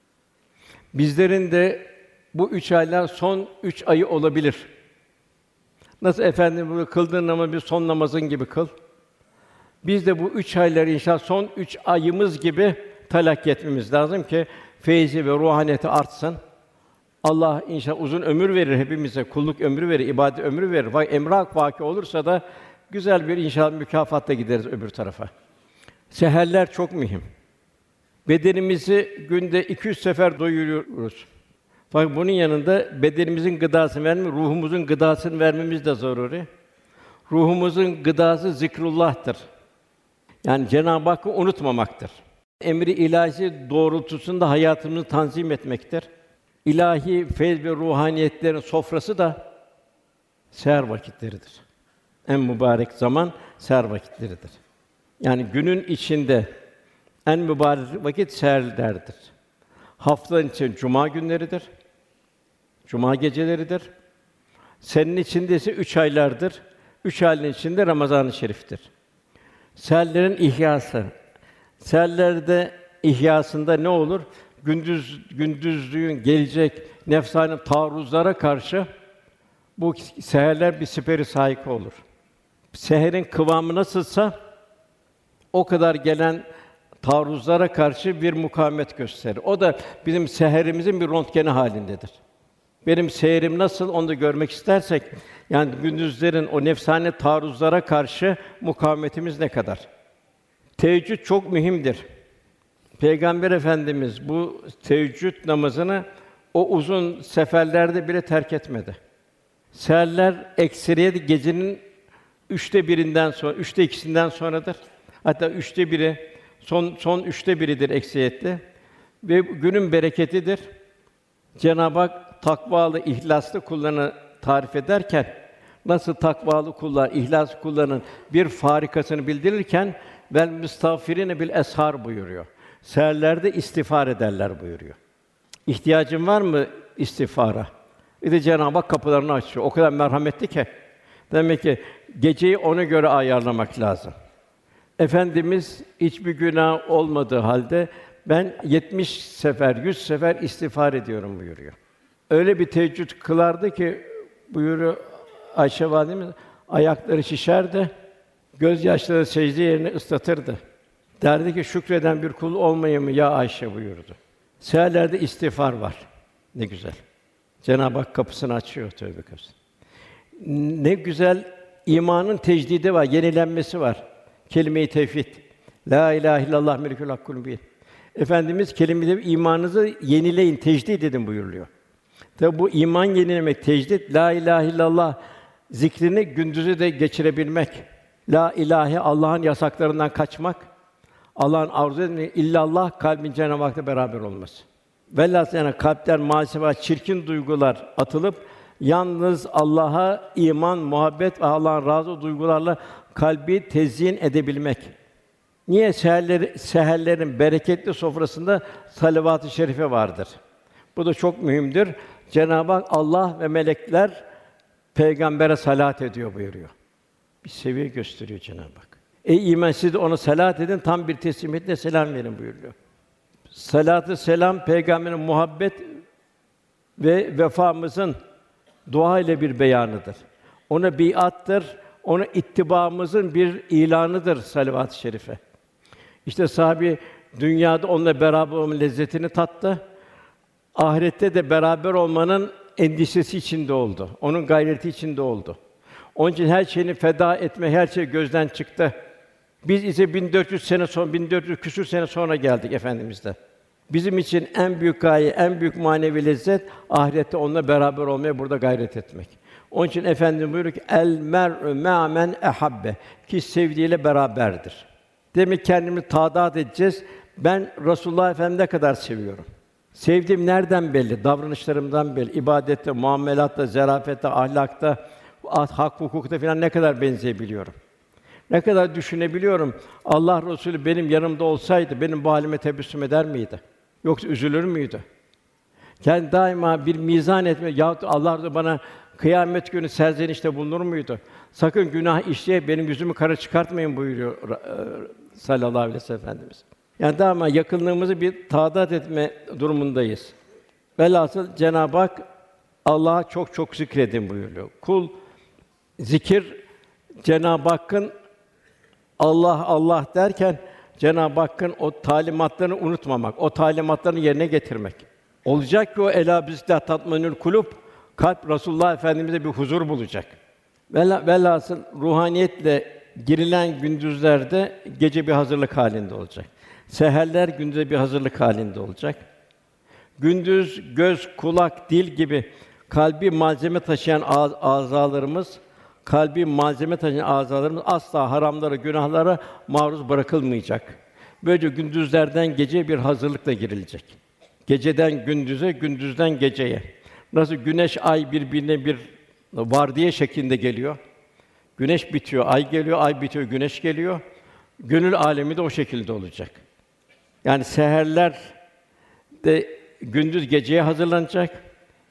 Bizlerin de bu üç aylar son üç ayı olabilir. Nasıl efendim bu kıldığın namazı bir son namazın gibi kıl. Biz de bu üç ayları inşallah son üç ayımız gibi telakki etmemiz lazım ki feyzi ve ruhaniyeti artsın. Allah inşallah uzun ömür verir hepimize, kulluk ömrü verir, ibadet ömrü verir. Vay emrak vaki olursa da güzel bir inşallah mükafatla gideriz öbür tarafa. Seherler çok mühim. Bedenimizi günde iki üç sefer doyuruyoruz. Fakat bunun yanında bedenimizin gıdasını vermemiz, ruhumuzun gıdasını vermemiz de zaruri. Ruhumuzun gıdası zikrullah'tır. Yani Cenab-ı Hakk'ı unutmamaktır. Emri ilahi doğrultusunda hayatımızı tanzim etmektir. ilahi feyz ve ruhaniyetlerin sofrası da seher vakitleridir. En mübarek zaman seher vakitleridir. Yani günün içinde en mübarek vakit seherlerdir. Haftanın içinde cuma günleridir. Cuma geceleridir. Senin içinde ise üç aylardır. Üç ayın içinde Ramazan-ı Şerif'tir. Seherlerin ihyası. Seherlerde ihyasında ne olur? Gündüz gündüzlüğün gelecek nefsani taarruzlara karşı bu seherler bir siperi saika olur. Seherin kıvamı nasılsa o kadar gelen taarruzlara karşı bir mukavemet gösterir. O da bizim seherimizin bir röntgeni halindedir. Benim seherim nasıl onu da görmek istersek, yani gündüzlerin o nefsani taarruzlara karşı mukavemetimiz ne kadar? Teheccüd çok mühimdir. Peygamber Efendimiz bu teheccüd namazını o uzun seferlerde bile terk etmedi. Seherler ekseriyet gecenin üçte birinden sonra, üçte ikisinden sonradır. Hatta üçte biri, son son üçte biridir ekseriyette ve günün bereketidir. Cenab-ı Hak takvalı, ihlaslı kullarını tarif ederken nasıl takvalı kullar, ihlaslı kulların bir farikasını bildirirken vel müstağfirine bil eshar buyuruyor. Seherlerde istiğfar ederler buyuruyor. İhtiyacın var mı istiğfara? Bir de Cenab-ı Hak kapılarını açıyor. O kadar merhametli ki. Demek ki geceyi ona göre ayarlamak lazım. Efendimiz hiçbir günah olmadığı halde ben yetmiş sefer, yüz sefer istiğfar ediyorum buyuruyor. Öyle bir teheccüd kılardı ki buyuruyor Ayşe validemiz, ayakları şişerdi, gözyaşları secde yerini ıslatırdı. Derdi ki şükreden bir kul olmayayım mı ya Ayşe buyurdu. Seherlerde istiğfar var. Ne güzel. Cenab-ı Hak kapısını açıyor tövbe kapısı. Ne güzel imanın tecdidi var, yenilenmesi var. Kelime-i tevhid. La ilahe illallah melikul hakkul mübin. Efendimiz kelimeyle imanınızı yenileyin, tecdid edin buyuruyor. Tabi bu iman yenilemek, tecdid, la ilahe illallah zikrini gündüzü de geçirebilmek. La ilahe Allah'ın yasaklarından kaçmak. Allah'ın arzu ettiği illallah kalbin Cenab-ı Hak'la beraber olması. Velhâsıl yani kalpten maalesef çirkin duygular atılıp yalnız Allah'a iman, muhabbet ve Allah'ın razı duygularla kalbi tezyin edebilmek. Niye seherler, seherlerin bereketli sofrasında salavat-ı şerife vardır. Bu da çok mühimdir. Cenab-ı Hak Allah ve melekler peygambere salat ediyor buyuruyor. Bir seviye gösteriyor Cenab-ı Hak. Ey iman siz de ona salat edin, tam bir teslimiyetle selam verin buyuruyor. Salat-ı selam peygamberin muhabbet ve vefamızın dua ile bir beyanıdır. Ona biattır, ona ittibaımızın bir ilanıdır salavat-ı şerife. İşte sahabe dünyada onunla beraber olmanın lezzetini tattı. Ahirette de beraber olmanın endişesi içinde oldu. Onun gayreti içinde oldu. Onun için her şeyini feda etme, her şey gözden çıktı. Biz ise bin dört yüz sene sonra, bin dört yüz küsur sene sonra geldik Efendimiz'den. Bizim için en büyük gaye, en büyük manevi lezzet ahirette onunla beraber olmaya burada gayret etmek. Onun için Efendimiz buyuruyor ki el mer'u ma'a men ehabbe ki sevdiğiyle beraberdir. Demek kendimizi tadat edeceğiz. Ben Resulullah Efendimiz'i ne kadar seviyorum. Sevdiğim nereden belli? Davranışlarımdan belli. İbadette, muamelatta, zerafette, ahlakta, hak hukukta filan ne kadar benzeyebiliyorum. Ne kadar düşünebiliyorum. Allah Resulü benim yanımda olsaydı benim bu halime tebessüm eder miydi? Yoksa üzülür müydü? Yani daima bir mizan etme yahut Allah Resulü bana kıyamet günü serzenişte bulunur muydu? Sakın günah işleyip benim yüzümü kara çıkartmayın buyuruyor sallallahu aleyhi ve sellem Efendimiz. Yani daima yakınlığımızı bir tadat etme durumundayız. Velhasıl Cenab-ı Hak Allah'a çok çok zikredin buyuruyor. Kul zikir Cenab-ı Hakk'ın Allah Allah derken Cenab-ı Hakk'ın o talimatlarını unutmamak, o talimatlarını yerine getirmek. Olacak ki o elâ bizlâh tatmenül kulûb, kalp Resulullah Efendimiz'e bir huzur bulacak. Vel velhasıl ruhaniyetle girilen gündüzlerde gece bir hazırlık halinde olacak. Seherler gündüze bir hazırlık halinde olacak. Gündüz göz, kulak, dil gibi kalbi malzeme taşıyan ağız, azalarımız, kalbi malzeme taşıyan azalarımız asla haramlara, günahlara maruz bırakılmayacak. Böylece gündüzlerden geceye bir hazırlıkla girilecek. Geceden gündüze, gündüzden geceye. Nasıl güneş, ay birbirine bir vardiya şeklinde geliyor. Güneş bitiyor, ay geliyor, ay bitiyor, güneş geliyor. Gönül âlemi de o şekilde olacak. Yani seherler de gündüz geceye hazırlanacak.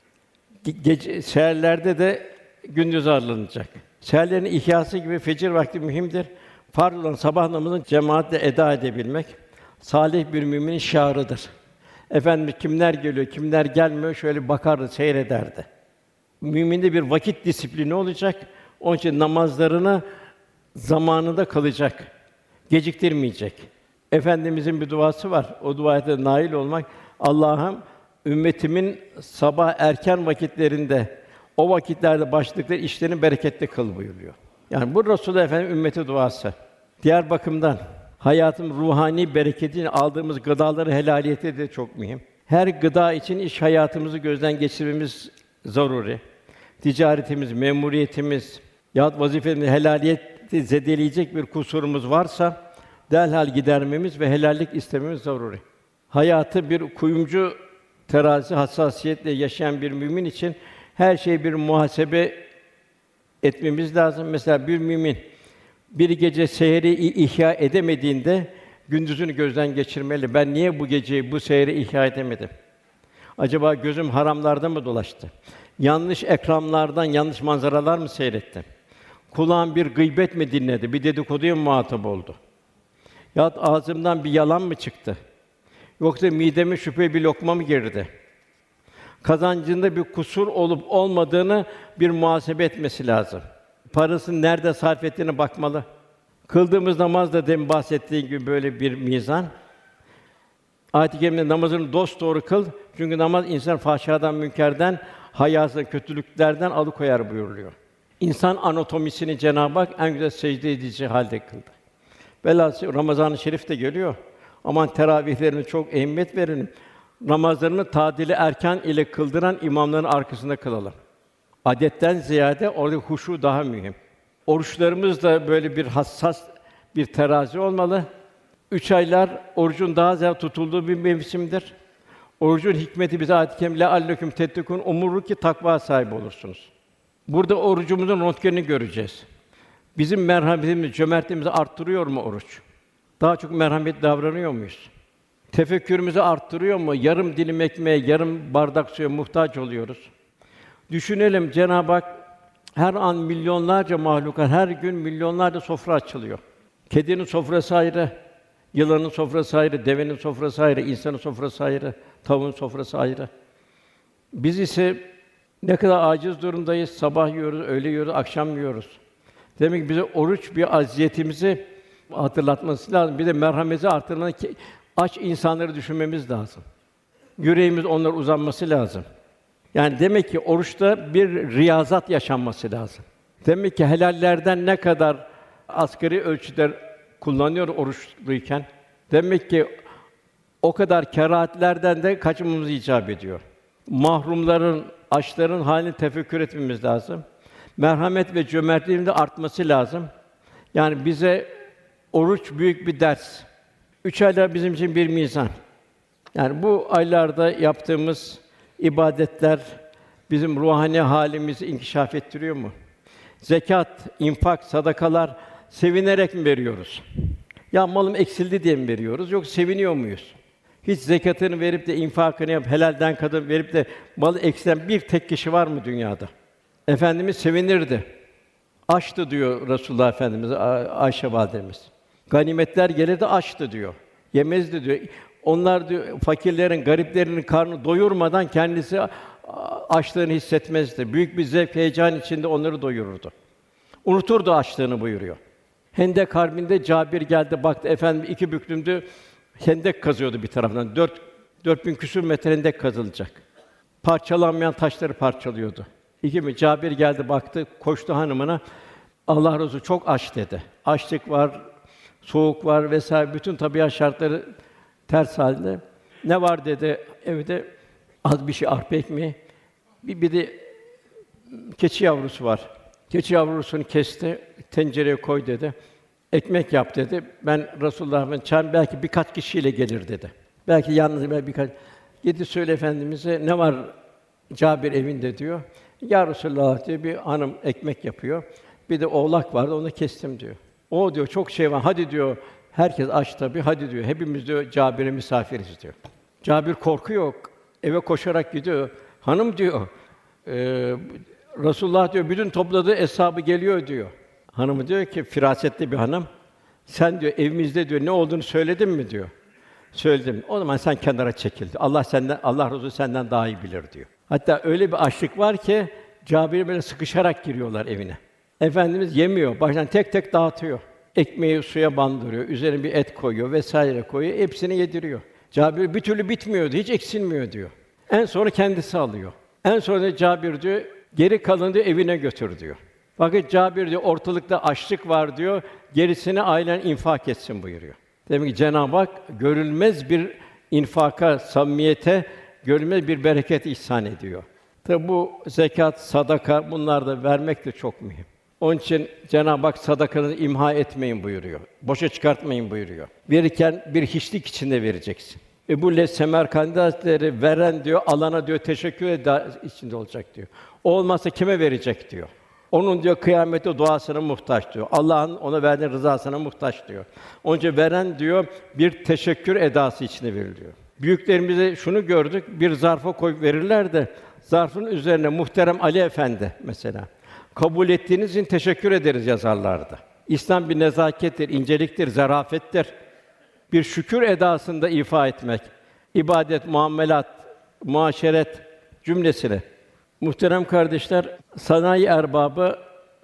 Ge- Gece seherlerde de gündüz hazırlanacak. Seherlerin ihyası gibi fecir vakti mühimdir. Farz olan sabah namazını cemaatle eda edebilmek salih bir müminin şiarıdır. Efendimiz kimler geliyor, kimler gelmiyor şöyle bakardı, seyrederdi. Müminde bir vakit disiplini olacak. Onun için namazlarını zamanında kılacak. Geciktirmeyecek. Efendimizin bir duası var. O duaya da nail olmak. Allah'ım ümmetimin sabah erken vakitlerinde o vakitlerde başladıkları işlerini bereketli kıl buyuruyor. Yani bu Resulullah Efendimiz ümmeti duası. Diğer bakımdan hayatın ruhani bereketini aldığımız gıdaları helaliyeti de çok mühim. Her gıda için iş hayatımızı gözden geçirmemiz zaruri. Ticaretimiz, memuriyetimiz yahut vazifemiz helaliyeti zedeleyecek bir kusurumuz varsa derhal gidermemiz ve helallik istememiz zaruri. Hayatı bir kuyumcu terazi hassasiyetle yaşayan bir mümin için her şeyi bir muhasebe etmemiz lazım. Mesela bir mümin bir gece seheri i- ihya edemediğinde gündüzünü gözden geçirmeli. Ben niye bu geceyi, bu seheri ihya edemedim? Acaba gözüm haramlarda mı dolaştı? Yanlış ekranlardan yanlış manzaralar mı seyrettim? Kulağım bir gıybet mi dinledi? Bir dedikoduya mı muhatap oldu? Yahut ağzımdan bir yalan mı çıktı? Yoksa mideme şüphe bir lokma mı girdi? Kazancında bir kusur olup olmadığını bir muhasebe etmesi lazım. Parasını nerede sarf ettiğine bakmalı. Kıldığımız namaz da demin bahsettiğim gibi böyle bir mizan. Ayet-i kerimede namazını dosdoğru kıl. Çünkü namaz insan fahşadan, münkerden, hayasından, kötülüklerden alıkoyar buyuruluyor. İnsan anatomisini Cenab-ı Hak en güzel secde edici halde kıldı. Velhâsıl Ramazan-ı Şerif de geliyor. Aman teravihlerine çok ehemmiyet verelim. Namazlarını tadili erken ile kıldıran imamların arkasında kılalım. Adetten ziyade orada huşu daha mühim. Oruçlarımız da böyle bir hassas bir terazi olmalı. Üç aylar orucun daha ziyade tutulduğu bir mevsimdir. Orucun hikmeti bize ayet-i kerime "Lealleküm tettekûn" umurur ki takva sahibi olursunuz. Burada orucumuzun röntgenini göreceğiz. Bizim merhametimizi, cömertliğimizi arttırıyor mu oruç? Daha çok merhametli davranıyor muyuz? Tefekkürümüzü arttırıyor mu? Yarım dilim ekmeğe, yarım bardak suya muhtaç oluyoruz. Düşünelim, Cenab-ı Hak her an milyonlarca mahlukat, her gün milyonlarca sofra açılıyor. Kedinin sofrası ayrı, yılanın sofrası ayrı, devenin sofrası ayrı, insanın sofrası ayrı, tavuğun sofrası ayrı. Biz ise ne kadar aciz durumdayız. Sabah yiyoruz, öğle yiyoruz, akşam yiyoruz. Demek ki bize oruç bir aziyetimizi hatırlatması lazım. Bir de merhametimizi artırmak ki aç insanları düşünmemiz lazım. Yüreğimiz onlara uzanması lazım. Yani demek ki oruçta bir riyazat yaşanması lazım. Demek ki helallerden ne kadar asgari ölçüde kullanıyor oruçluyken, demek ki o kadar kerahatlerden de kaçınmamız icap ediyor. Mahrumların, açların halini tefekkür etmemiz lazım. Merhamet ve cömertliğin de artması lazım. Yani bize oruç büyük bir ders. Üç aylar bizim için bir mizan. Yani bu aylarda yaptığımız ibadetler bizim ruhani halimizi inkişaf ettiriyor mu? Zekat, infak, sadakalar sevinerek mi veriyoruz? Ya malım eksildi diye mi veriyoruz? Yoksa seviniyor muyuz? Hiç zekatını verip de infakını yap, helalden kadın verip de malı eksilen bir tek kişi var mı dünyada? Efendimiz sevinirdi. Açtı diyor Resulullah Efendimiz, Ayşe validemiz. Ganimetler gelirdi açtı diyor. Yemezdi diyor. Onlar diyor fakirlerin, gariplerin karnını doyurmadan kendisi açlığını hissetmezdi. Büyük bir zevk, heyecan içinde onları doyururdu. Unuturdu açlığını buyuruyor. Hendek Harbi'nde Cabir geldi, baktı efendim iki büklümdü, hendek kazıyordu bir taraftan. Dört, dört bin küsur metre hendek kazılacak. Parçalanmayan taşları parçalıyordu. İki mi? Cabir geldi, baktı, koştu hanımına. Allah Resulü çok aç dedi. Açlık var, soğuk var vesaire bütün tabiat şartları ters halde. Ne var dedi evde? Az bir şey arpa ekmeği. Bir, bir de keçi yavrusu var. Keçi yavrusunu kesti, tencereye koy dedi. Ekmek yap dedi. Ben Resulullah'ın çağır belki birkaç kişiyle gelir dedi. Belki yalnız belki birkaç Gidi söyle Efendimiz'e, ne var Cabir evinde diyor. Ya Resulallah diyor, bir hanım ekmek yapıyor. Bir de oğlak vardı, onu kestim diyor. O diyor, çok şey var. Hadi diyor, herkes aç tabii. Hadi diyor, hepimiz diyor Cabir'e misafiriz diyor. Cabir korkuyor, eve koşarak gidiyor. Hanım diyor, e, Resulullah diyor, bütün topladığı eshabı geliyor diyor. Hanımı diyor ki, firasetli bir hanım, sen diyor evimizde diyor ne olduğunu söyledin mi diyor. Söyledim. O zaman sen kenara çekil. Allah senden, Allah Resulü senden daha iyi bilir diyor. Hatta öyle bir açlık var ki Cabir böyle sıkışarak giriyorlar evine. Efendimiz yemiyor, baştan tek tek dağıtıyor. Ekmeği suya bandırıyor, üzerine bir et koyuyor vesaire koyuyor, hepsini yediriyor. Cabir bir türlü bitmiyordu, hiç eksilmiyor diyor. En sonra kendisi alıyor. En sonra da Cabir diyor, geri kalanı diyor evine götür diyor. Fakat Cabir diyor, ortalıkta açlık var diyor, gerisini ailen infak etsin buyuruyor. Demek ki Cenab-ı Hak görülmez bir infaka, samimiyete, görülmez bir bereket ihsan ediyor. Tabi bu zekat, sadaka, bunlar da vermek de çok mühim. Onun için Cenab-ı Hak sadakanızı imha etmeyin buyuruyor. Boşa çıkartmayın buyuruyor. Verirken bir hiçlik içinde vereceksin. Ebu Le Semerkandi Hazretleri veren diyor, alana diyor teşekkür eder içinde olacak diyor. O olmazsa kime verecek diyor. Onun diyor kıyamette duasına muhtaç diyor. Allah'ın ona verdiği rızasına muhtaç diyor. Onun için veren diyor bir teşekkür edası içinde veriliyor. Büyüklerimize şunu gördük, bir zarfa koyup verirler de zarfın üzerine muhterem Ali Efendi mesela kabul ettiğiniz için teşekkür ederiz yazarlardı. İslam bir nezakettir, inceliktir, zarafettir. Bir şükür edasında ifa etmek, ibadet, muamelat, muaşeret cümlesine. Muhterem kardeşler, sanayi erbabı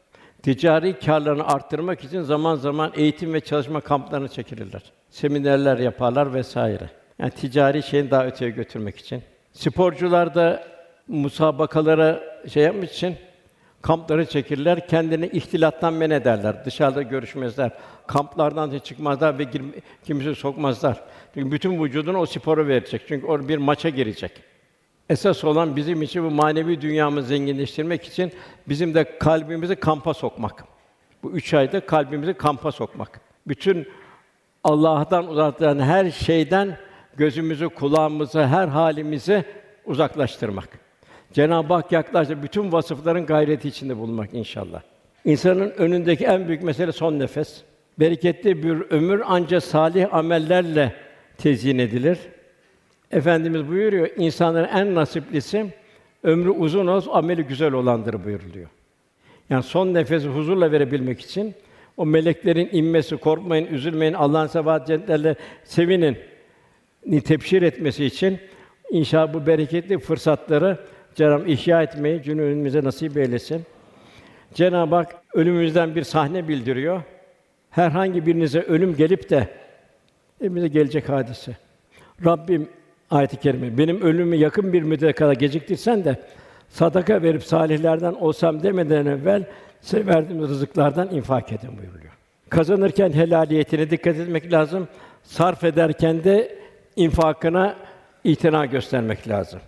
ticari kârlarını arttırmak için zaman zaman eğitim ve çalışma kamplarına çekilirler. Seminerler yaparlar vesaire. Yani ticari şeyini daha öteye götürmek için. Sporcular da musabakalara şey yapmak için kamplara çekilirler. Kendini ihtilattan men ederler. Dışarıda görüşmezler. Kamplardan da çıkmazlar ve girme, kimse sokmazlar. Çünkü bütün vücudunu o spora verecek. Çünkü o bir maça girecek. Esas olan bizim için bu manevi dünyamızı zenginleştirmek için bizim de kalbimizi kampa sokmak. Bu üç ayda kalbimizi kampa sokmak. Bütün Allah'tan uzaklanan her şeyden gözümüzü, kulağımızı, her halimizi uzaklaştırmak. Cenab-ı Hak yaklaştı bütün vasıfların gayreti içinde bulunmak inşallah. İnsanın önündeki en büyük mesele son nefes. Bereketli bir ömür ancak salih amellerle tezyin edilir. Efendimiz buyuruyor, insanların en nasiplisi ömrü uzun olsun, ameli güzel olandır buyuruluyor. Yani son nefesi huzurla verebilmek için o meleklerin inmesi, korkmayın, üzülmeyin, Allah'ın sebat cennetlerle sevinin ni tebşir etmesi için inşallah bu bereketli fırsatları Cenab-ı Hak ihya etmeyi cümlemize nasip eylesin. Cenab-ı Hak ölümümüzden bir sahne bildiriyor. Herhangi birinize ölüm gelip de hepimize gelecek hadise. Rabbim ayet-i kerime benim ölümümü yakın bir müddete kadar geciktirsen de sadaka verip salihlerden olsam demeden evvel size verdiğim rızıklardan infak edin buyuruyor. Kazanırken helaliyetine dikkat etmek lazım. Sarf ederken de infakına itina göstermek lazım.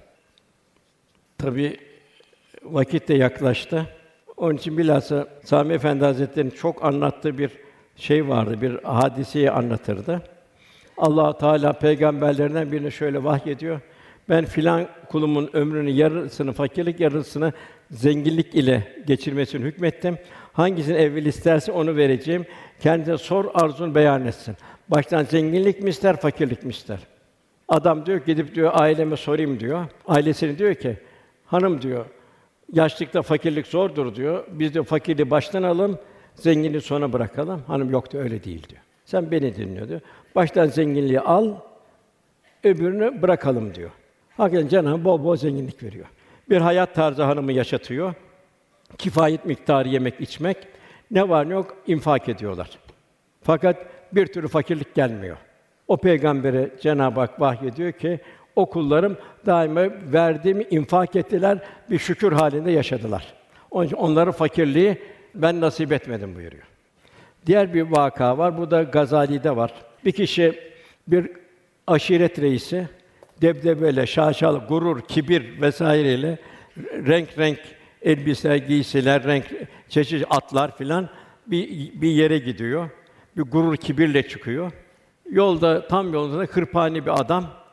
Tabii vakit de yaklaştı. Onun için bilhassa Sami Efendi Hazretleri'nin çok anlattığı bir şey vardı, bir hadiseyi anlatırdı. Allah Teala peygamberlerinden birine şöyle vahyediyor. Ben filan kulumun ömrünü yarısını fakirlik, yarısını zenginlik ile geçirmesini hükmettim. Hangisini evvel isterse onu vereceğim. Kendisine sor, arzunu beyan etsin. Baştan zenginlik mi ister, fakirlik mi ister? Adam diyor, gidip diyor aileme sorayım diyor. Ailesine diyor ki, hanım diyor, yaşlıkta fakirlik zordur diyor. Biz de fakirliği baştan alalım, zenginliği sona bırakalım. Hanım yok diyor, öyle değil diyor. Sen beni dinliyor diyor. Baştan zenginliği al, öbürünü bırakalım diyor. Hakikaten Cenab-ı bol bol zenginlik veriyor. Bir hayat tarzı hanımı yaşatıyor. Kifayet miktarı yemek, içmek. Ne var ne yok infak ediyorlar. Fakat bir türlü fakirlik gelmiyor. O peygambere Cenab-ı Hak vahyediyor ki o kullarım daima verdiğimi infak ettiler, bir şükür halinde yaşadılar. Onun için onların fakirliği ben nasip etmedim buyuruyor. Diğer bir vaka var. Bu da Gazali'de var. Bir kişi bir aşiret reisi debdebeyle, şaşalı, gurur, kibir vesaireyle renk renk elbiseler, giysiler, renk çeşitli atlar filan bir bir yere gidiyor. Bir gurur, kibirle çıkıyor. Yolda tam yolda hırpani bir adam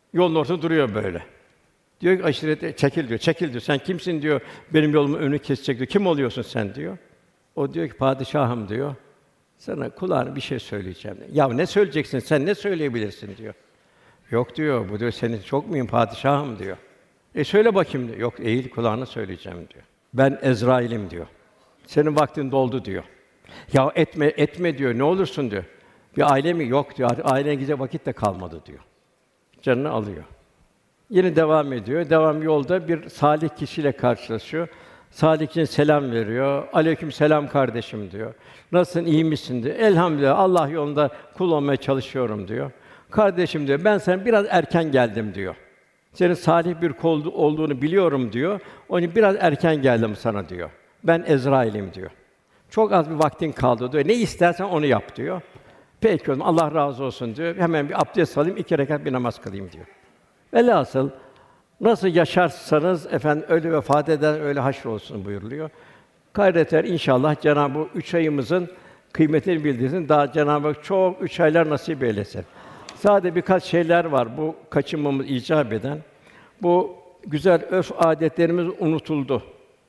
Yolun ortasında duruyor böyle. Diyor ki aşirete çekil diyor. Çekil diyor. Sen kimsin diyor. Benim yolumun önünü kesecek diyor. Kim oluyorsun sen diyor. O diyor ki padişahım diyor. Sana kulağına bir şey söyleyeceğim. Ya ne söyleyeceksin? Sen ne söyleyebilirsin diyor. Yok diyor. Bu diyor senin çok muyum padişahım diyor. E söyle bakayım diyor. Yok eğil kulağına söyleyeceğim diyor. Ben Ezrail'im diyor. Senin vaktin doldu diyor. Ya etme etme diyor. Ne olursun diyor. Bir aile mi? Yok diyor. Ailene gidecek vakit de kalmadı diyor. Canını alıyor. Yine devam ediyor. Devam yolda bir salih kişiyle karşılaşıyor. Salih kişi selam veriyor. Aleyküm selam kardeşim diyor. Nasılsın, iyi misin diyor. Elhamdülillah Allah yolunda kul olmaya çalışıyorum diyor. Kardeşim diyor, ben sana biraz erken geldim diyor. Senin salih bir kul olduğunu biliyorum diyor. Onun için biraz erken geldim sana diyor. Ben Ezrail'im diyor. Çok az bir vaktin kaldı diyor. Ne istersen onu yap diyor. Peki oğlum, Allah razı olsun diyor. Hemen bir abdest alayım, iki rekat bir namaz kılayım diyor. Velhasıl nasıl yaşarsanız efendim öyle vefat eder, öyle haşrolsun buyuruluyor. Gayreten inşallah Cenab-ı Hak üç ayımızın kıymetini bildirsin. Daha Cenab-ı Hak çok üç aylar nasip eylesin. Sadece birkaç şeyler var bu kaçınmamız icap eden. Bu güzel örf adetlerimiz unutuldu.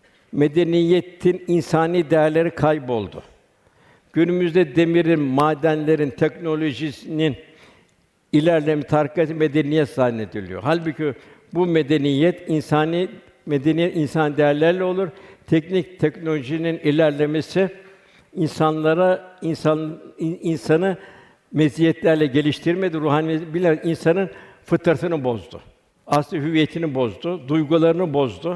Medeniyetin insani değerleri kayboldu. Günümüzde demirin, madenlerin, teknolojisinin ilerleme tarikatı medeniyet zannediliyor. Halbuki bu medeniyet insani medeniyet insan değerlerle olur. Teknik teknolojinin ilerlemesi insanlara insan in, insanı meziyetlerle geliştirmedi. Ruhani bile insanın fıtratını bozdu. Asli hüviyetini bozdu, duygularını bozdu.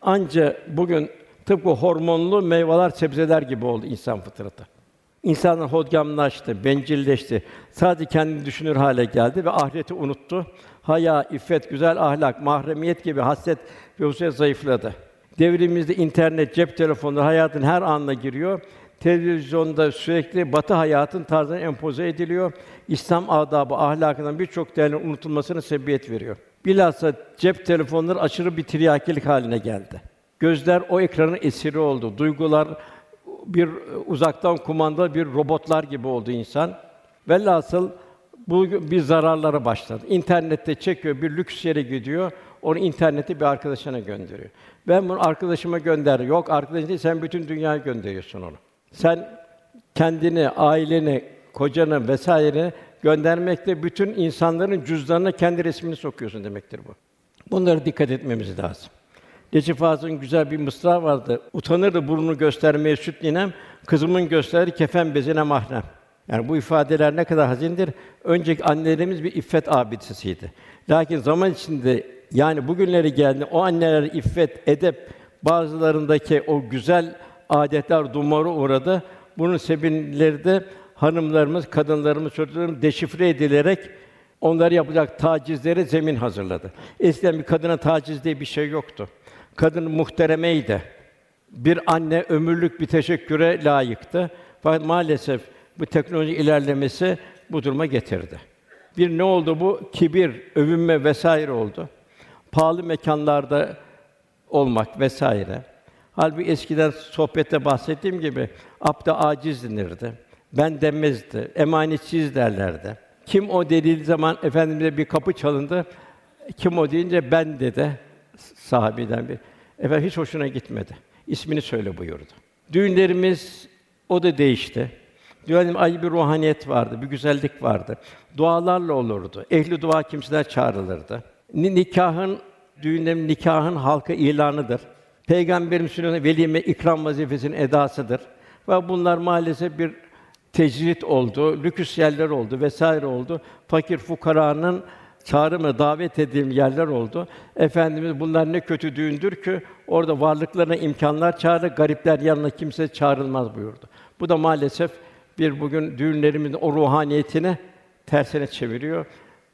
Ancak bugün tıpkı hormonlu meyveler, sebzeler gibi oldu insan fıtratı. İnsanlar hodgamlaştı, bencilleşti. Sadece kendini düşünür hale geldi ve ahireti unuttu. Haya, iffet, güzel ahlak, mahremiyet gibi haslet ve hususiyet zayıfladı. Devrimizde internet, cep telefonları hayatın her anına giriyor. Televizyonda sürekli Batı hayatın tarzına empoze ediliyor. İslam adabı, ahlakından birçok değerin unutulmasına sebebiyet veriyor. Bilhassa cep telefonları aşırı bir tiryakilik haline geldi. Gözler o ekranın esiri oldu. Duygular bir uzaktan kumanda bir robotlar gibi oldu insan. Velhasıl bu bir zararlara başladı. İnternette çekiyor, bir lüks yere gidiyor, onu internette bir arkadaşına gönderiyor. Ben bunu arkadaşıma gönder. Yok arkadaşın değil, sen bütün dünyaya gönderiyorsun onu. Sen kendini, aileni, kocanı vesaire göndermekle bütün insanların cüzdanına kendi resmini sokuyorsun demektir bu. Bunlara dikkat etmemiz lazım. Necip Fazıl'ın güzel bir mısra vardı. Utanırdı burnunu göstermeye süt ninem, kızımın gösterdiği kefen bezine mahrem. Yani bu ifadeler ne kadar hazindir. Önceki annelerimiz bir iffet abidesiydi. Lakin zaman içinde yani bugünlere geldi o anneler iffet, edep bazılarındaki o güzel adetler dumura uğradı. Bunun sebepleri de hanımlarımız, kadınlarımız, çocuklarımız deşifre edilerek onları yapacak tacizlere zemin hazırladı. Eskiden bir kadına taciz diye bir şey yoktu. Kadın muhteremeydi. Bir anne ömürlük bir teşekküre layıktı. Fakat maalesef bu teknoloji ilerlemesi bu duruma getirdi. Bir ne oldu bu? Kibir, övünme vesaire oldu. Pahalı mekânlarda olmak vesaire. Halbuki eskiden sohbette bahsettiğim gibi abd-ı aciz denirdi. Ben denmezdi. Emanetsiz derlerdi. Kim o dediği zaman efendimize bir kapı çalındı. Kim o deyince ben dedi sahabeden bir. Efendim hiç hoşuna gitmedi. İsmini söyle buyurdu. Düğünlerimiz o da değişti. Düğünlerin ayrı bir ruhaniyet vardı, bir güzellik vardı. Dualarla olurdu. Ehli dua kimseler çağrılırdı. Ni- nikahın düğünlerin nikahın halka ilanıdır. Peygamberimiz sünnet velime ikram vazifesinin edasıdır. Ve bunlar maalesef bir tecrit oldu, lüküs yerler oldu vesaire oldu. Fakir fukaranın çağrımı davet edildiğim yerler oldu. Efendimiz bunlar ne kötü düğündür ki orada varlıklarına imkanlar çağırır, garipler yanına kimse çağrılmaz buyurdu. Bu da maalesef bir bugün düğünlerimizin o ruhaniyetini tersine çeviriyor.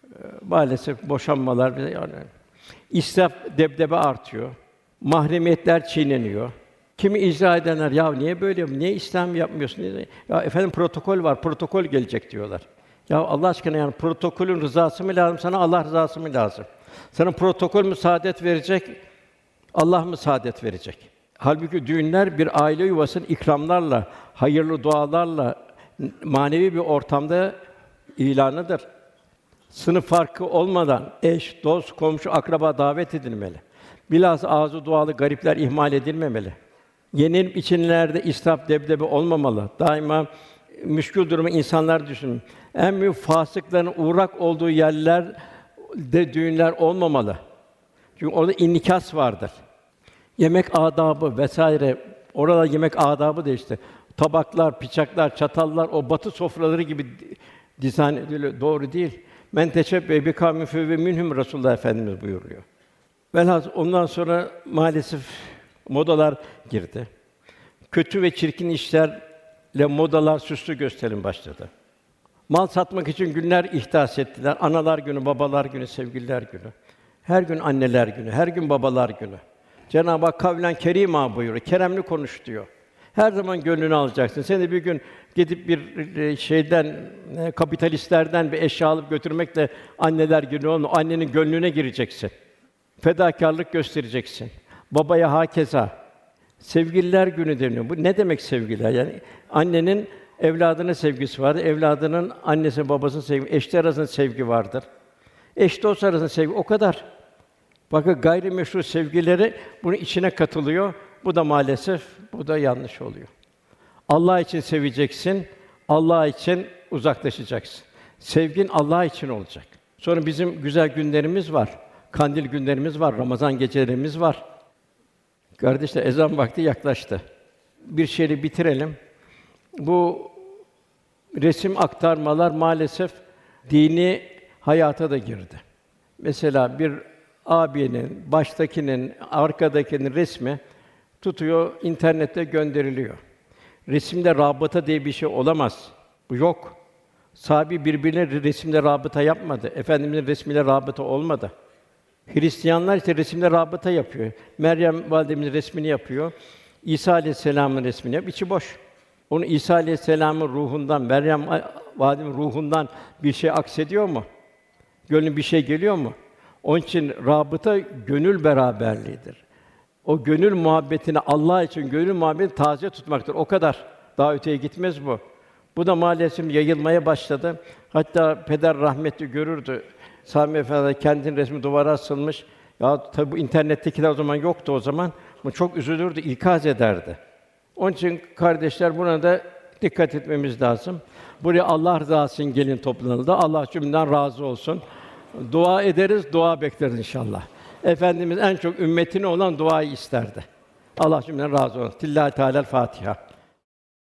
Maalesef boşanmalar yani israf debdebe artıyor. Mahremiyetler çiğneniyor. Kimi icra edenler ya niye böyle yapıyorsun? Niye İslam yapmıyorsun? Niye? Ya efendim protokol var, protokol gelecek diyorlar. Ya Allah aşkına yani protokolün rızası mı lazım sana, Allah rızası mı lazım? Sana protokol mü saadet verecek, Allah mı saadet verecek? Halbuki düğünler bir aile yuvasının ikramlarla, hayırlı dualarla, manevi bir ortamda ilanıdır. Sınıf farkı olmadan eş, dost, komşu, akraba davet edilmeli. Bilhassa ağzı dualı garipler ihmal edilmemeli. Yenilip içenlerde israf, debdebe olmamalı. Daima müşkül durumu insanlar düşünün. En büyük fasıkların uğrak olduğu yerlerde düğünler olmamalı. Çünkü orada inikas vardır. Yemek adabı vesaire. Orada yemek adabı da işte tabaklar, bıçaklar, çatallar o batı sofraları gibi dizayn ediliyor. Doğru değil. Men teşebbe bi kavmin fe ve minhum Resulullah Efendimiz buyuruyor. Velhâsıl ondan sonra maalesef modalar girdi. Kötü ve çirkin işlerle modalar süslü gösterim başladı. Mal satmak için günler ihdas ettiler. Analar günü, babalar günü, sevgililer günü. Her gün anneler günü, her gün babalar günü. Cenab-ı Hak kavlen kerîmâ buyuruyor. Keremli konuş diyor. Her zaman gönlünü alacaksın. Sen de bir gün gidip bir şeyden, kapitalistlerden bir eşya alıp götürmek de anneler günü olma. Annenin gönlüne gireceksin. Fedakârlık göstereceksin. Babaya hakeza. Sevgililer günü deniyor. Bu ne demek sevgililer? Yani annenin evladına sevgisi vardır. Evladının annesi babasına sevgi, eşler arasında sevgi vardır. Eş dost arasında sevgi o kadar. Bakın gayrimeşru sevgileri bunun içine katılıyor. Bu da maalesef bu da yanlış oluyor. Allah için seveceksin. Allah için uzaklaşacaksın. Sevgin Allah için olacak. Sonra bizim güzel günlerimiz var. Kandil günlerimiz var, Ramazan gecelerimiz var. Kardeşler ezan vakti yaklaştı. Bir şeyi bitirelim. Bu resim aktarmalar maalesef dini hayata da girdi. Mesela bir abinin, baştakinin, arkadakinin resmi tutuyor, internette gönderiliyor. Resimde rabıta diye bir şey olamaz. Bu yok. Sahabi birbirine resimle rabıta yapmadı. Efendimizin resmiyle rabıta olmadı. Hristiyanlar ise resimle rabıta yapıyor. Meryem validemizin resmini yapıyor. İsa aleyhisselam'ın resmini yapıyor. İçi boş. Onun İsa aleyhisselam'ın ruhundan, Meryem validemizin ruhundan bir şey aksediyor mu? Gönlüne bir şey geliyor mu? Onun için rabıta gönül beraberliğidir. O gönül muhabbetini Allah için gönül muhabbetini taze tutmaktır. O kadar. Daha öteye gitmez bu. Bu da maalesef yayılmaya başladı. Hatta peder rahmetli görürdü. Sami Efendi kendinin resmi duvara asılmış. Ya tabi bu internettekiler o zaman yoktu o zaman. Bu çok üzülürdü, ikaz ederdi. Onun için kardeşler buna da dikkat etmemiz lazım. Buraya Allah rızası için gelin toplanıldı. Allah cümleden razı olsun. Dua ederiz, dua bekleriz inşallah. Efendimiz en çok ümmetine olan duayı isterdi. Allah cümleden razı olsun. Lillahi Teala Fatiha.